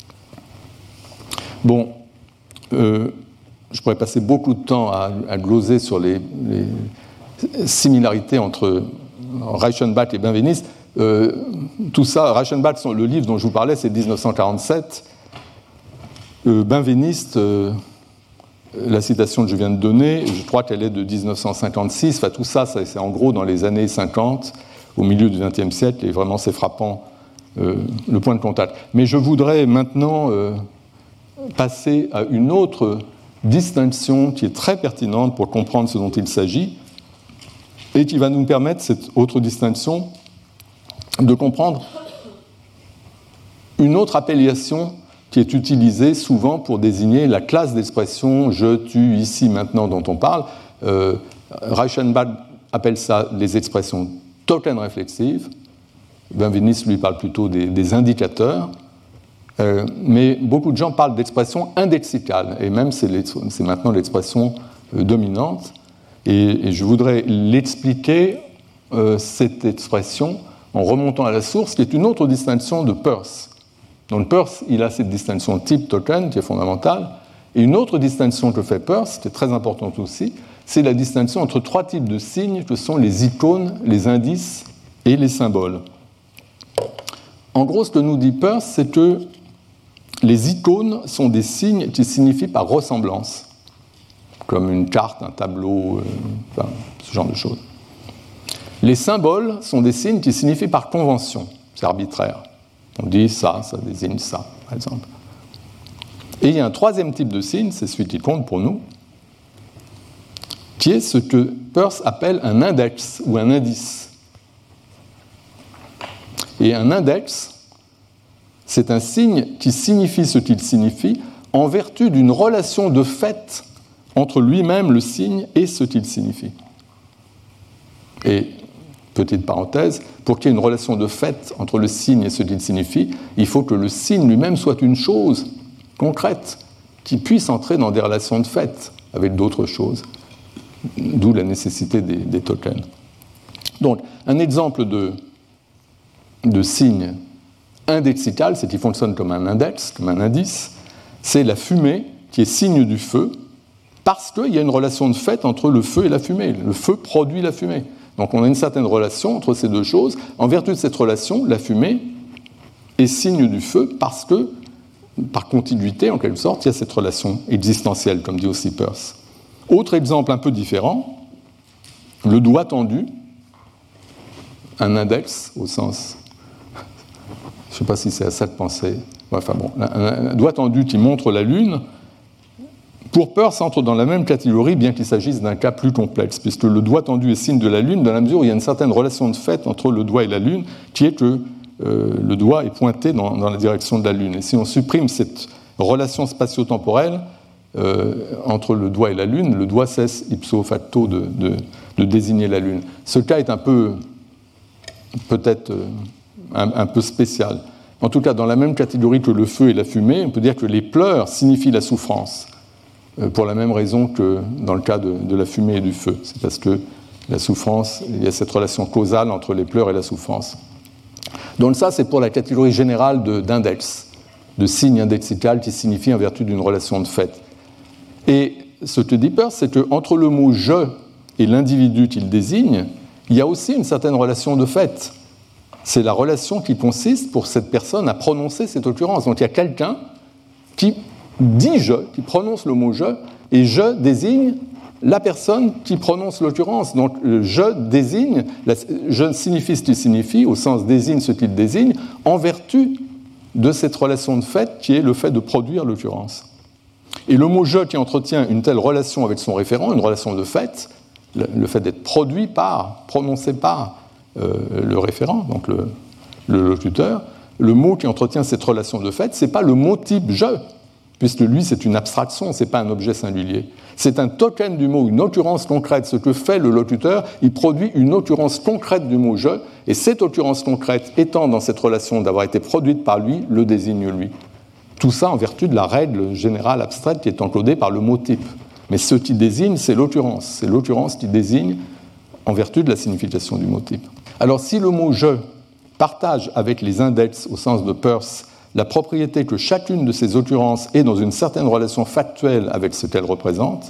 Bon, euh, je pourrais passer beaucoup de temps à, à gloser sur les, les similarités entre Reichenbach et Benveniste. Euh, tout ça, Reichenbach, le livre dont je vous parlais, c'est dix-neuf cent quarante-sept. Euh, Benveniste, euh, la citation que je viens de donner, je crois qu'elle est de dix-neuf cent cinquante-six. Enfin, tout ça, ça, c'est en gros dans les années cinquante, au milieu du vingtième siècle, et vraiment c'est frappant euh, le point de contact. Mais je voudrais maintenant euh, passer à une autre distinction qui est très pertinente pour comprendre ce dont il s'agit, et qui va nous permettre, cette autre distinction, de comprendre une autre appellation qui est utilisée souvent pour désigner la classe d'expression « je, tu, ici, maintenant » dont on parle. Euh, Reichenbach appelle ça les expressions token réflexives. Benveniste, lui, parle plutôt des, des indicateurs. Euh, mais beaucoup de gens parlent d'expressions indexicales, et même c'est, c'est maintenant l'expression euh, dominante. Et, et je voudrais l'expliquer, euh, cette expression, en remontant à la source, qui est une autre distinction de Peirce. Donc Peirce, il a cette distinction type-token qui est fondamentale, et une autre distinction que fait Peirce, qui est très importante aussi, c'est la distinction entre trois types de signes que sont les icônes, les indices et les symboles. En gros, ce que nous dit Peirce, c'est que les icônes sont des signes qui signifient par ressemblance, comme une carte, un tableau, euh, enfin, ce genre de choses. Les symboles sont des signes qui signifient par convention, c'est arbitraire. On dit ça, ça désigne ça, par exemple. Et il y a un troisième type de signe, c'est celui qui compte pour nous, qui est ce que Peirce appelle un index ou un indice. Et un index, c'est un signe qui signifie ce qu'il signifie en vertu d'une relation de fait entre lui-même, le signe, et ce qu'il signifie. Et, petite parenthèse, pour qu'il y ait une relation de fait entre le signe et ce qu'il signifie, il faut que le signe lui-même soit une chose concrète, qui puisse entrer dans des relations de fait avec d'autres choses, d'où la nécessité des, des tokens. Donc, un exemple de, de signe indexical, c'est qu'il fonctionne comme un index, comme un indice, c'est la fumée qui est signe du feu, parce qu'il y a une relation de fait entre le feu et la fumée. Le feu produit la fumée. Donc on a une certaine relation entre ces deux choses. En vertu de cette relation, la fumée est signe du feu parce que, par contiguïté, en quelque sorte, il y a cette relation existentielle, comme dit aussi Peirce. Autre exemple un peu différent, le doigt tendu. un index, au sens... Je ne sais pas si c'est à ça que penser. Enfin bon, un, un doigt tendu qui montre la Lune, pour Peirce, entre dans la même catégorie, bien qu'il s'agisse d'un cas plus complexe, puisque le doigt tendu est signe de la Lune, dans la mesure où il y a une certaine relation de fait entre le doigt et la Lune, qui est que euh, le doigt est pointé dans, dans la direction de la Lune. Et si on supprime cette relation spatio-temporelle euh, entre le doigt et la Lune, le doigt cesse ipso facto de, de, de désigner la Lune. Ce cas est un peu, peut-être, euh, un, un peu spécial. En tout cas, dans la même catégorie que le feu et la fumée, on peut dire que les pleurs signifient la souffrance, pour la même raison que dans le cas de, de la fumée et du feu. C'est parce que la souffrance, il y a cette relation causale entre les pleurs et la souffrance. Donc ça, c'est pour la catégorie générale de, d'index, de signe indexical qui signifie en vertu d'une relation de fait. Et ce que dit Peirce, c'est qu'entre le mot « je » et l'individu qu'il désigne, il y a aussi une certaine relation de fait. C'est la relation qui consiste pour cette personne à prononcer cette occurrence. Donc il y a quelqu'un qui dit « je », qui prononce le mot « je », et « je » désigne la personne qui prononce l'occurrence. Donc le « je » désigne, la, « je » signifie ce qu'il signifie, au sens désigne ce qu'il désigne, en vertu de cette relation de fait qui est le fait de produire l'occurrence. Et le mot « je » qui entretient une telle relation avec son référent, une relation de fait, le, le fait d'être produit par, prononcé par euh, le référent, donc le, le locuteur, le mot qui entretient cette relation de fait, ce n'est pas le mot type « je », puisque lui, c'est une abstraction, ce n'est pas un objet singulier. C'est un token du mot, une occurrence concrète. Ce que fait le locuteur, il produit une occurrence concrète du mot « je », et cette occurrence concrète étant dans cette relation d'avoir été produite par lui, le désigne lui. Tout ça en vertu de la règle générale abstraite qui est encodée par le mot type. Mais ce qui désigne, c'est l'occurrence. C'est l'occurrence qui désigne en vertu de la signification du mot type. Alors, si le mot « je » partage avec les index, au sens de Peirce, la propriété que chacune de ces occurrences est dans une certaine relation factuelle avec ce qu'elle représente,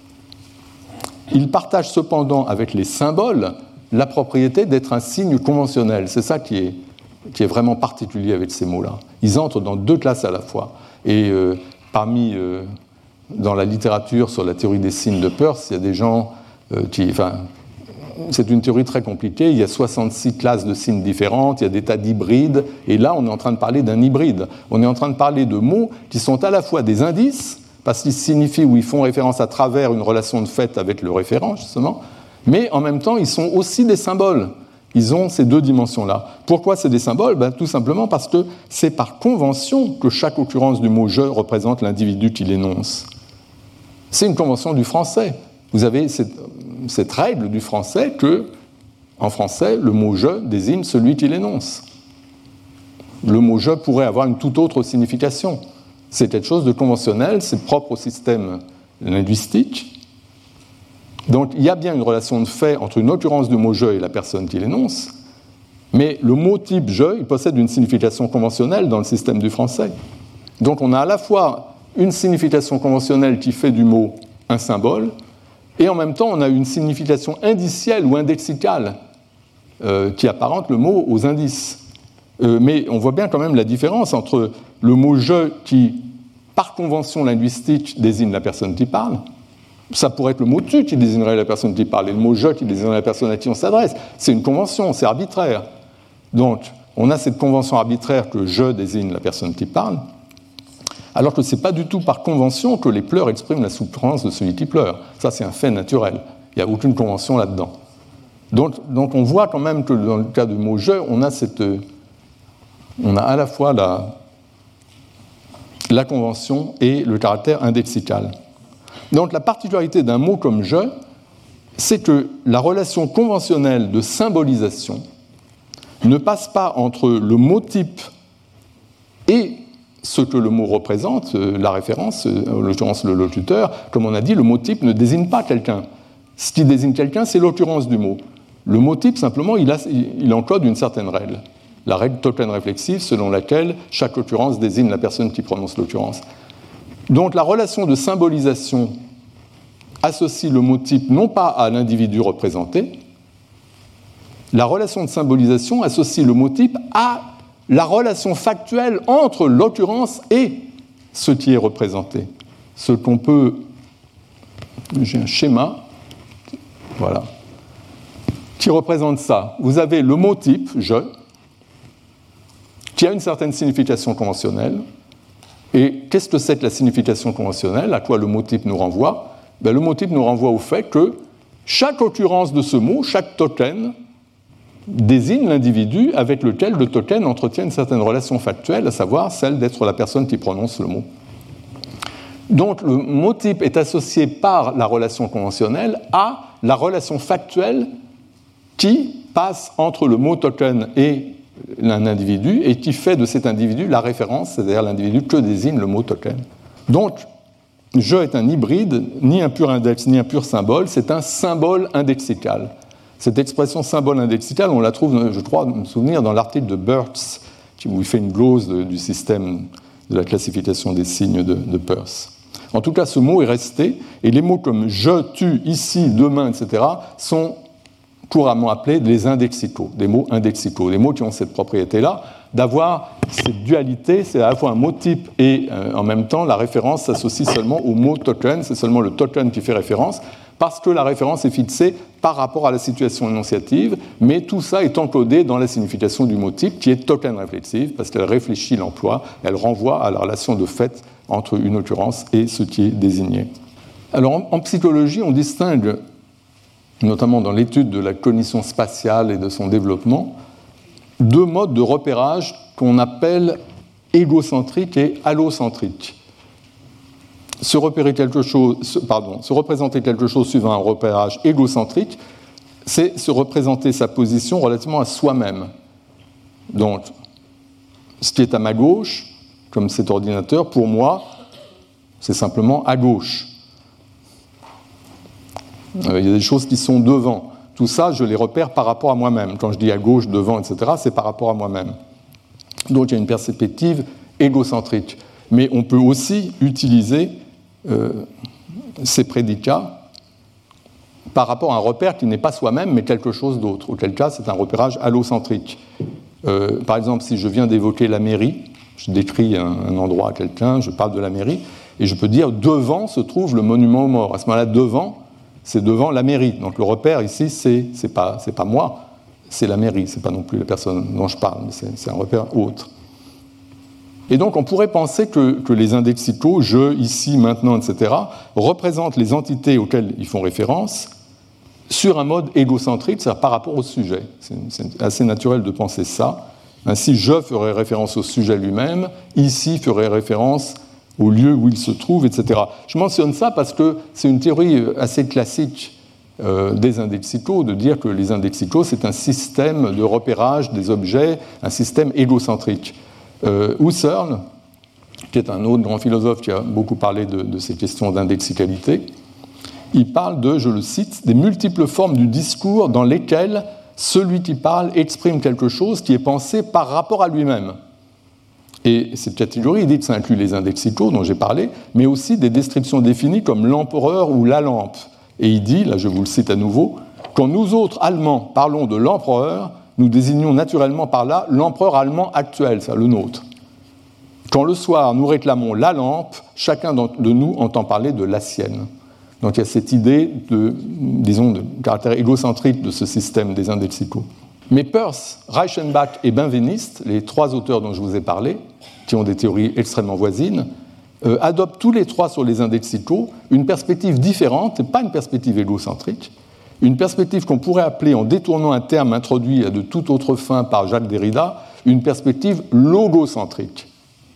il partage cependant avec les symboles la propriété d'être un signe conventionnel. C'est ça qui est, qui est vraiment particulier avec ces mots-là. Ils entrent dans deux classes à la fois. Et euh, parmi, euh, dans la littérature sur la théorie des signes de Peirce, il y a des gens euh, qui... Enfin, c'est une théorie très compliquée, il y a soixante-six classes de signes différentes, il y a des tas d'hybrides, et là on est en train de parler d'un hybride. On est en train de parler de mots qui sont à la fois des indices, parce qu'ils signifient ou ils font référence à travers une relation de fait avec le référent, justement, mais en même temps ils sont aussi des symboles. Ils ont ces deux dimensions-là. Pourquoi c'est des symboles ? Ben, tout simplement parce que c'est par convention que chaque occurrence du mot « je » représente l'individu qui l'énonce. C'est une convention du français. Vous avez cette, cette règle du français que, en français, le mot « je » désigne celui qui l'énonce. Le mot « je » pourrait avoir une toute autre signification. C'est quelque chose de conventionnel, c'est propre au système linguistique. Donc il y a bien une relation de fait entre une occurrence du mot « je » et la personne qui l'énonce, mais le mot type « je » il possède une signification conventionnelle dans le système du français. Donc on a à la fois une signification conventionnelle qui fait du mot un symbole, et en même temps, on a une signification indicielle ou indexicale euh, qui apparente le mot aux indices. Euh, mais on voit bien quand même la différence entre le mot « je » qui, par convention linguistique, désigne la personne qui parle. Ça pourrait être le mot « tu » qui désignerait la personne qui parle, et le mot « je » qui désignerait la personne à qui on s'adresse. C'est une convention, c'est arbitraire. Donc, on a cette convention arbitraire que « je » désigne la personne qui parle, alors que ce n'est pas du tout par convention que les pleurs expriment la souffrance de celui qui pleure. Ça, c'est un fait naturel. Il n'y a aucune convention là-dedans. Donc, donc on voit quand même que dans le cas du mot « je », on a, cette, on a à la fois la, la convention et le caractère indexical. Donc la particularité d'un mot comme « je », c'est que la relation conventionnelle de symbolisation ne passe pas entre le mot type et ce que le mot représente, la référence, en l'occurrence le locuteur. Comme on a dit, le mot type ne désigne pas quelqu'un. Ce qui désigne quelqu'un, c'est l'occurrence du mot. Le mot type, simplement, il, a, il encode une certaine règle. La règle token réflexive, selon laquelle chaque occurrence désigne la personne qui prononce l'occurrence. Donc la relation de symbolisation associe le mot type non pas à l'individu représenté, la relation de symbolisation associe le mot type à la relation factuelle entre l'occurrence et ce qui est représenté. Ce qu'on peut... J'ai un schéma, voilà, qui représente ça. Vous avez le mot type, je, qui a une certaine signification conventionnelle. Et qu'est-ce que c'est que la signification conventionnelle? À quoi le mot type nous renvoie? Ben, le mot type nous renvoie au fait que chaque occurrence de ce mot, chaque token, désigne l'individu avec lequel le token entretient une certaine relation factuelle, à savoir celle d'être la personne qui prononce le mot. Donc le mot type est associé par la relation conventionnelle à la relation factuelle qui passe entre le mot token et un individu et qui fait de cet individu la référence, c'est-à-dire l'individu que désigne le mot token. Donc, je est un hybride, ni un pur index, ni un pur symbole, c'est un symbole indexical. Cette expression symbole indexical, on la trouve, je crois, me souvenir, dans l'article de Burts, où il fait une glose de, du système de la classification des signes de, de Peirce. En tout cas, ce mot est resté, et les mots comme je, tu, ici, demain, et cetera, sont couramment appelés des indexicaux, des mots indexicaux, des mots qui ont cette propriété-là d'avoir cette dualité, c'est à la fois un mot type et euh, en même temps la référence s'associe seulement au mot token, c'est seulement le token qui fait référence, parce que la référence est fixée par rapport à la situation énonciative, mais tout ça est encodé dans la signification du mot type qui est token réflexive, parce qu'elle réfléchit l'emploi, elle renvoie à la relation de fait entre une occurrence et ce qui est désigné. Alors en, en psychologie, on distingue, notamment dans l'étude de la cognition spatiale et de son développement, deux modes de repérage qu'on appelle égocentrique et allocentrique. Se repérer quelque chose, pardon, se représenter quelque chose suivant un repérage égocentrique, c'est se représenter sa position relativement à soi-même. Donc, ce qui est à ma gauche, comme cet ordinateur, pour moi, c'est simplement à gauche. Il y a des choses qui sont devant. Tout ça, je les repère par rapport à moi-même. Quand je dis à gauche, devant, et cetera, c'est par rapport à moi-même. Donc, il y a une perspective égocentrique. Mais on peut aussi utiliser euh, ces prédicats par rapport à un repère qui n'est pas soi-même, mais quelque chose d'autre. Auquel cas, c'est un repérage allocentrique. Euh, par exemple, si je viens d'évoquer la mairie, je décris un, un endroit à quelqu'un, je parle de la mairie, et je peux dire devant se trouve le monument aux morts. À ce moment-là, devant, c'est devant la mairie. Donc le repère ici, c'est, c'est pas, c'est pas moi, c'est la mairie, c'est pas non plus la personne dont je parle, mais c'est, c'est un repère autre. Et donc on pourrait penser que, que les indexicaux, je, ici, maintenant, et cetera, représentent les entités auxquelles ils font référence sur un mode égocentrique, c'est-à-dire par rapport au sujet. C'est, c'est assez naturel de penser ça. Ainsi, je ferait référence au sujet lui-même, ici ferait référence au lieu où il se trouve, et cetera. Je mentionne ça parce que c'est une théorie assez classique euh, des indexicaux, de dire que les indexicaux, c'est un système de repérage des objets, un système égocentrique. Euh, Husserl, qui est un autre grand philosophe qui a beaucoup parlé de, de ces questions d'indexicalité, il parle de, je le cite, des multiples formes du discours dans lesquelles celui qui parle exprime quelque chose qui est pensé par rapport à lui-même. Et cette catégorie, il dit que ça inclut les indexicaux dont j'ai parlé, mais aussi des descriptions définies comme l'empereur ou la lampe. Et il dit, là je vous le cite à nouveau, quand nous autres Allemands parlons de l'empereur, nous désignons naturellement par là l'empereur allemand actuel, ça, le nôtre. Quand le soir nous réclamons la lampe, chacun de nous entend parler de la sienne. Donc il y a cette idée de, disons, de caractère égocentrique de ce système des indexicaux. Mais Peirce, Reichenbach et Benveniste, les trois auteurs dont je vous ai parlé, qui ont des théories extrêmement voisines, euh, adoptent tous les trois sur les indexicaux une perspective différente, et pas une perspective égocentrique, une perspective qu'on pourrait appeler, en détournant un terme introduit à de toute autre fin par Jacques Derrida, une perspective logocentrique.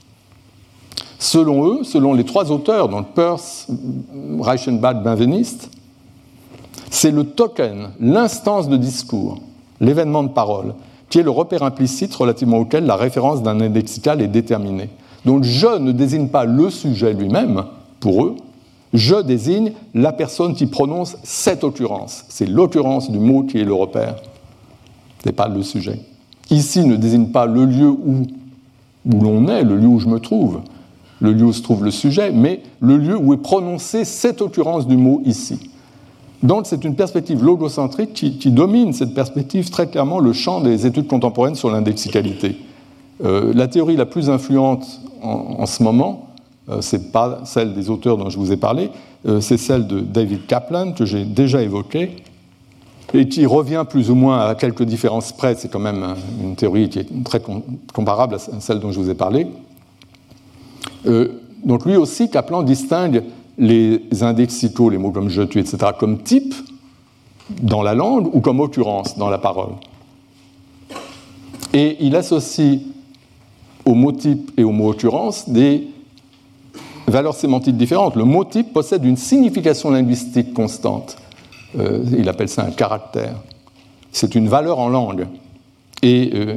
Selon eux, selon les trois auteurs, donc Peirce, Reichenbach, Benveniste, c'est le token, l'instance de discours, l'événement de parole, qui est le repère implicite relativement auquel la référence d'un indexical est déterminée. Donc je ne désigne pas le sujet lui-même, pour eux, je désigne la personne qui prononce cette occurrence. C'est l'occurrence du mot qui est le repère, ce n'est pas le sujet. Ici ne désigne pas le lieu où, où l'on est, le lieu où je me trouve, le lieu où se trouve le sujet, mais le lieu où est prononcée cette occurrence du mot ici. Donc c'est une perspective logocentrique qui, qui domine cette perspective très clairement le champ des études contemporaines sur l'indexicalité. Euh, la théorie la plus influente en, en ce moment, euh, ce n'est pas celle des auteurs dont je vous ai parlé, euh, c'est celle de David Kaplan que j'ai déjà évoquée, et qui revient plus ou moins à quelques différences près. C'est quand même une théorie qui est très comparable à celle dont je vous ai parlé. Euh, donc lui aussi, Kaplan distingue les indexicaux, les mots comme je, tu, et cetera, comme type dans la langue ou comme occurrence dans la parole. Et il associe au mot type et au mot occurrence des valeurs sémantiques différentes. Le mot type possède une signification linguistique constante. Euh, il appelle ça un caractère. C'est une valeur en langue. Et, euh,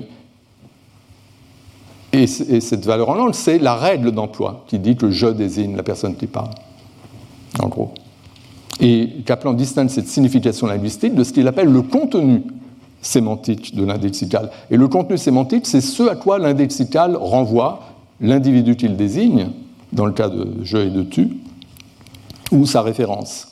et, et cette valeur en langue, c'est la règle d'emploi qui dit que je désigne la personne qui parle, en gros. Et Kaplan distingue cette signification linguistique de ce qu'il appelle le contenu sémantique de l'indexical. Et le contenu sémantique, c'est ce à quoi l'indexical renvoie l'individu qu'il désigne, dans le cas de je et de tu, ou sa référence.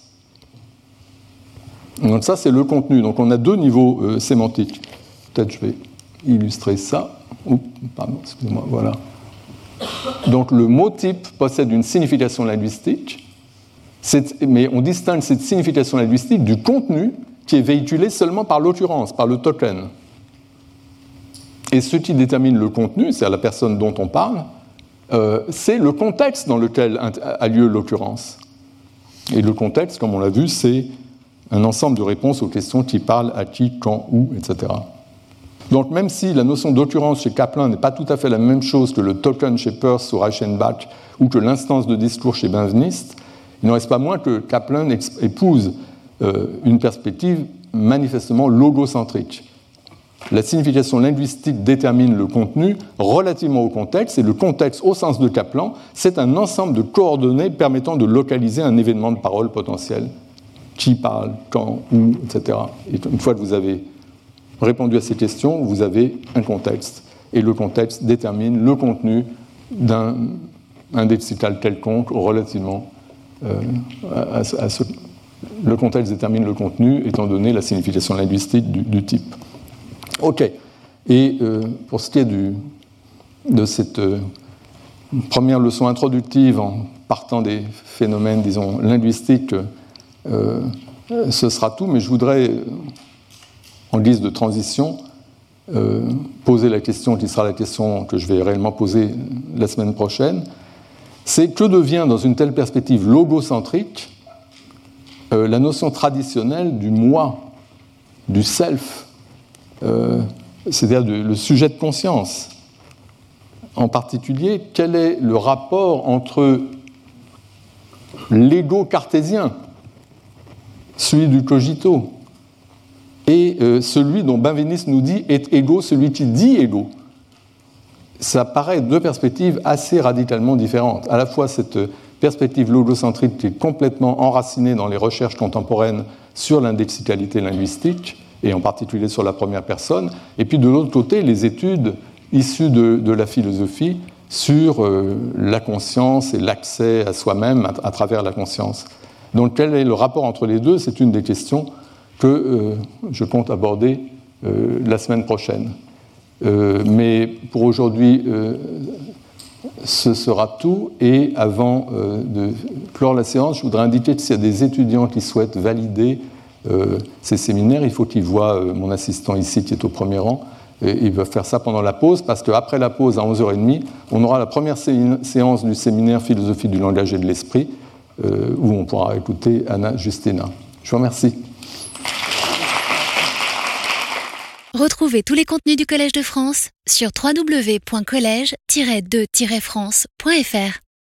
Donc ça, c'est le contenu. Donc on a deux niveaux euh, sémantiques. Peut-être je vais illustrer ça. Oups, pardon, excusez-moi, voilà. Donc le mot type possède une signification linguistique, mais on distingue cette signification linguistique du contenu qui est véhiculé seulement par l'occurrence, par le token. Et ce qui détermine le contenu, c'est à la personne dont on parle, euh, c'est le contexte dans lequel a lieu l'occurrence. Et le contexte, comme on l'a vu, c'est un ensemble de réponses aux questions qui parlent à qui, quand, où, et cetera. Donc même si la notion d'occurrence chez Kaplan n'est pas tout à fait la même chose que le token chez Peirce ou Reichenbach ou que l'instance de discours chez Benveniste, il n'en reste pas moins que Kaplan épouse euh, une perspective manifestement logocentrique. La signification linguistique détermine le contenu relativement au contexte, et le contexte, au sens de Kaplan, c'est un ensemble de coordonnées permettant de localiser un événement de parole potentiel. Qui parle, quand, où, et cetera. Et une fois que vous avez répondu à ces questions, vous avez un contexte. Et le contexte détermine le contenu d'un indexical quelconque relativement euh, à, à ce... Le contexte détermine le contenu, étant donné la signification linguistique du, du type. OK. Et euh, pour ce qui est du, de cette euh, première leçon introductive, en partant des phénomènes, disons, linguistiques, euh, ce sera tout, mais je voudrais, en guise de transition, euh, poser la question qui sera la question que je vais réellement poser la semaine prochaine. C'est que devient, dans une telle perspective logocentrique, euh, la notion traditionnelle du moi, du self, euh, c'est-à-dire de, le sujet de conscience. En particulier, quel est le rapport entre l'ego cartésien, celui du cogito, et euh, celui dont Benveniste nous dit est égo, celui qui dit égo. Ça paraît deux perspectives assez radicalement différentes. À la fois cette perspective logocentrique qui est complètement enracinée dans les recherches contemporaines sur l'indexicalité linguistique, et en particulier sur la première personne, et puis de l'autre côté, les études issues de, de la philosophie sur euh, la conscience et l'accès à soi-même à, à travers la conscience. Donc quel est le rapport entre les deux ? C'est une des questions que euh, je compte aborder euh, la semaine prochaine. Euh, mais pour aujourd'hui, euh, ce sera tout. Et avant euh, de clore la séance, je voudrais indiquer que s'il y a des étudiants qui souhaitent valider euh, ces séminaires, il faut qu'ils voient euh, mon assistant ici qui est au premier rang. Et ils peuvent faire ça pendant la pause, parce qu'après la pause, à onze heures trente, on aura la première sé- séance du séminaire Philosophie du langage et de l'esprit, euh, où on pourra écouter Anna Justina. Je vous remercie. Retrouvez tous les contenus du Collège de France sur w w w point collège tiret de tiret france point f r.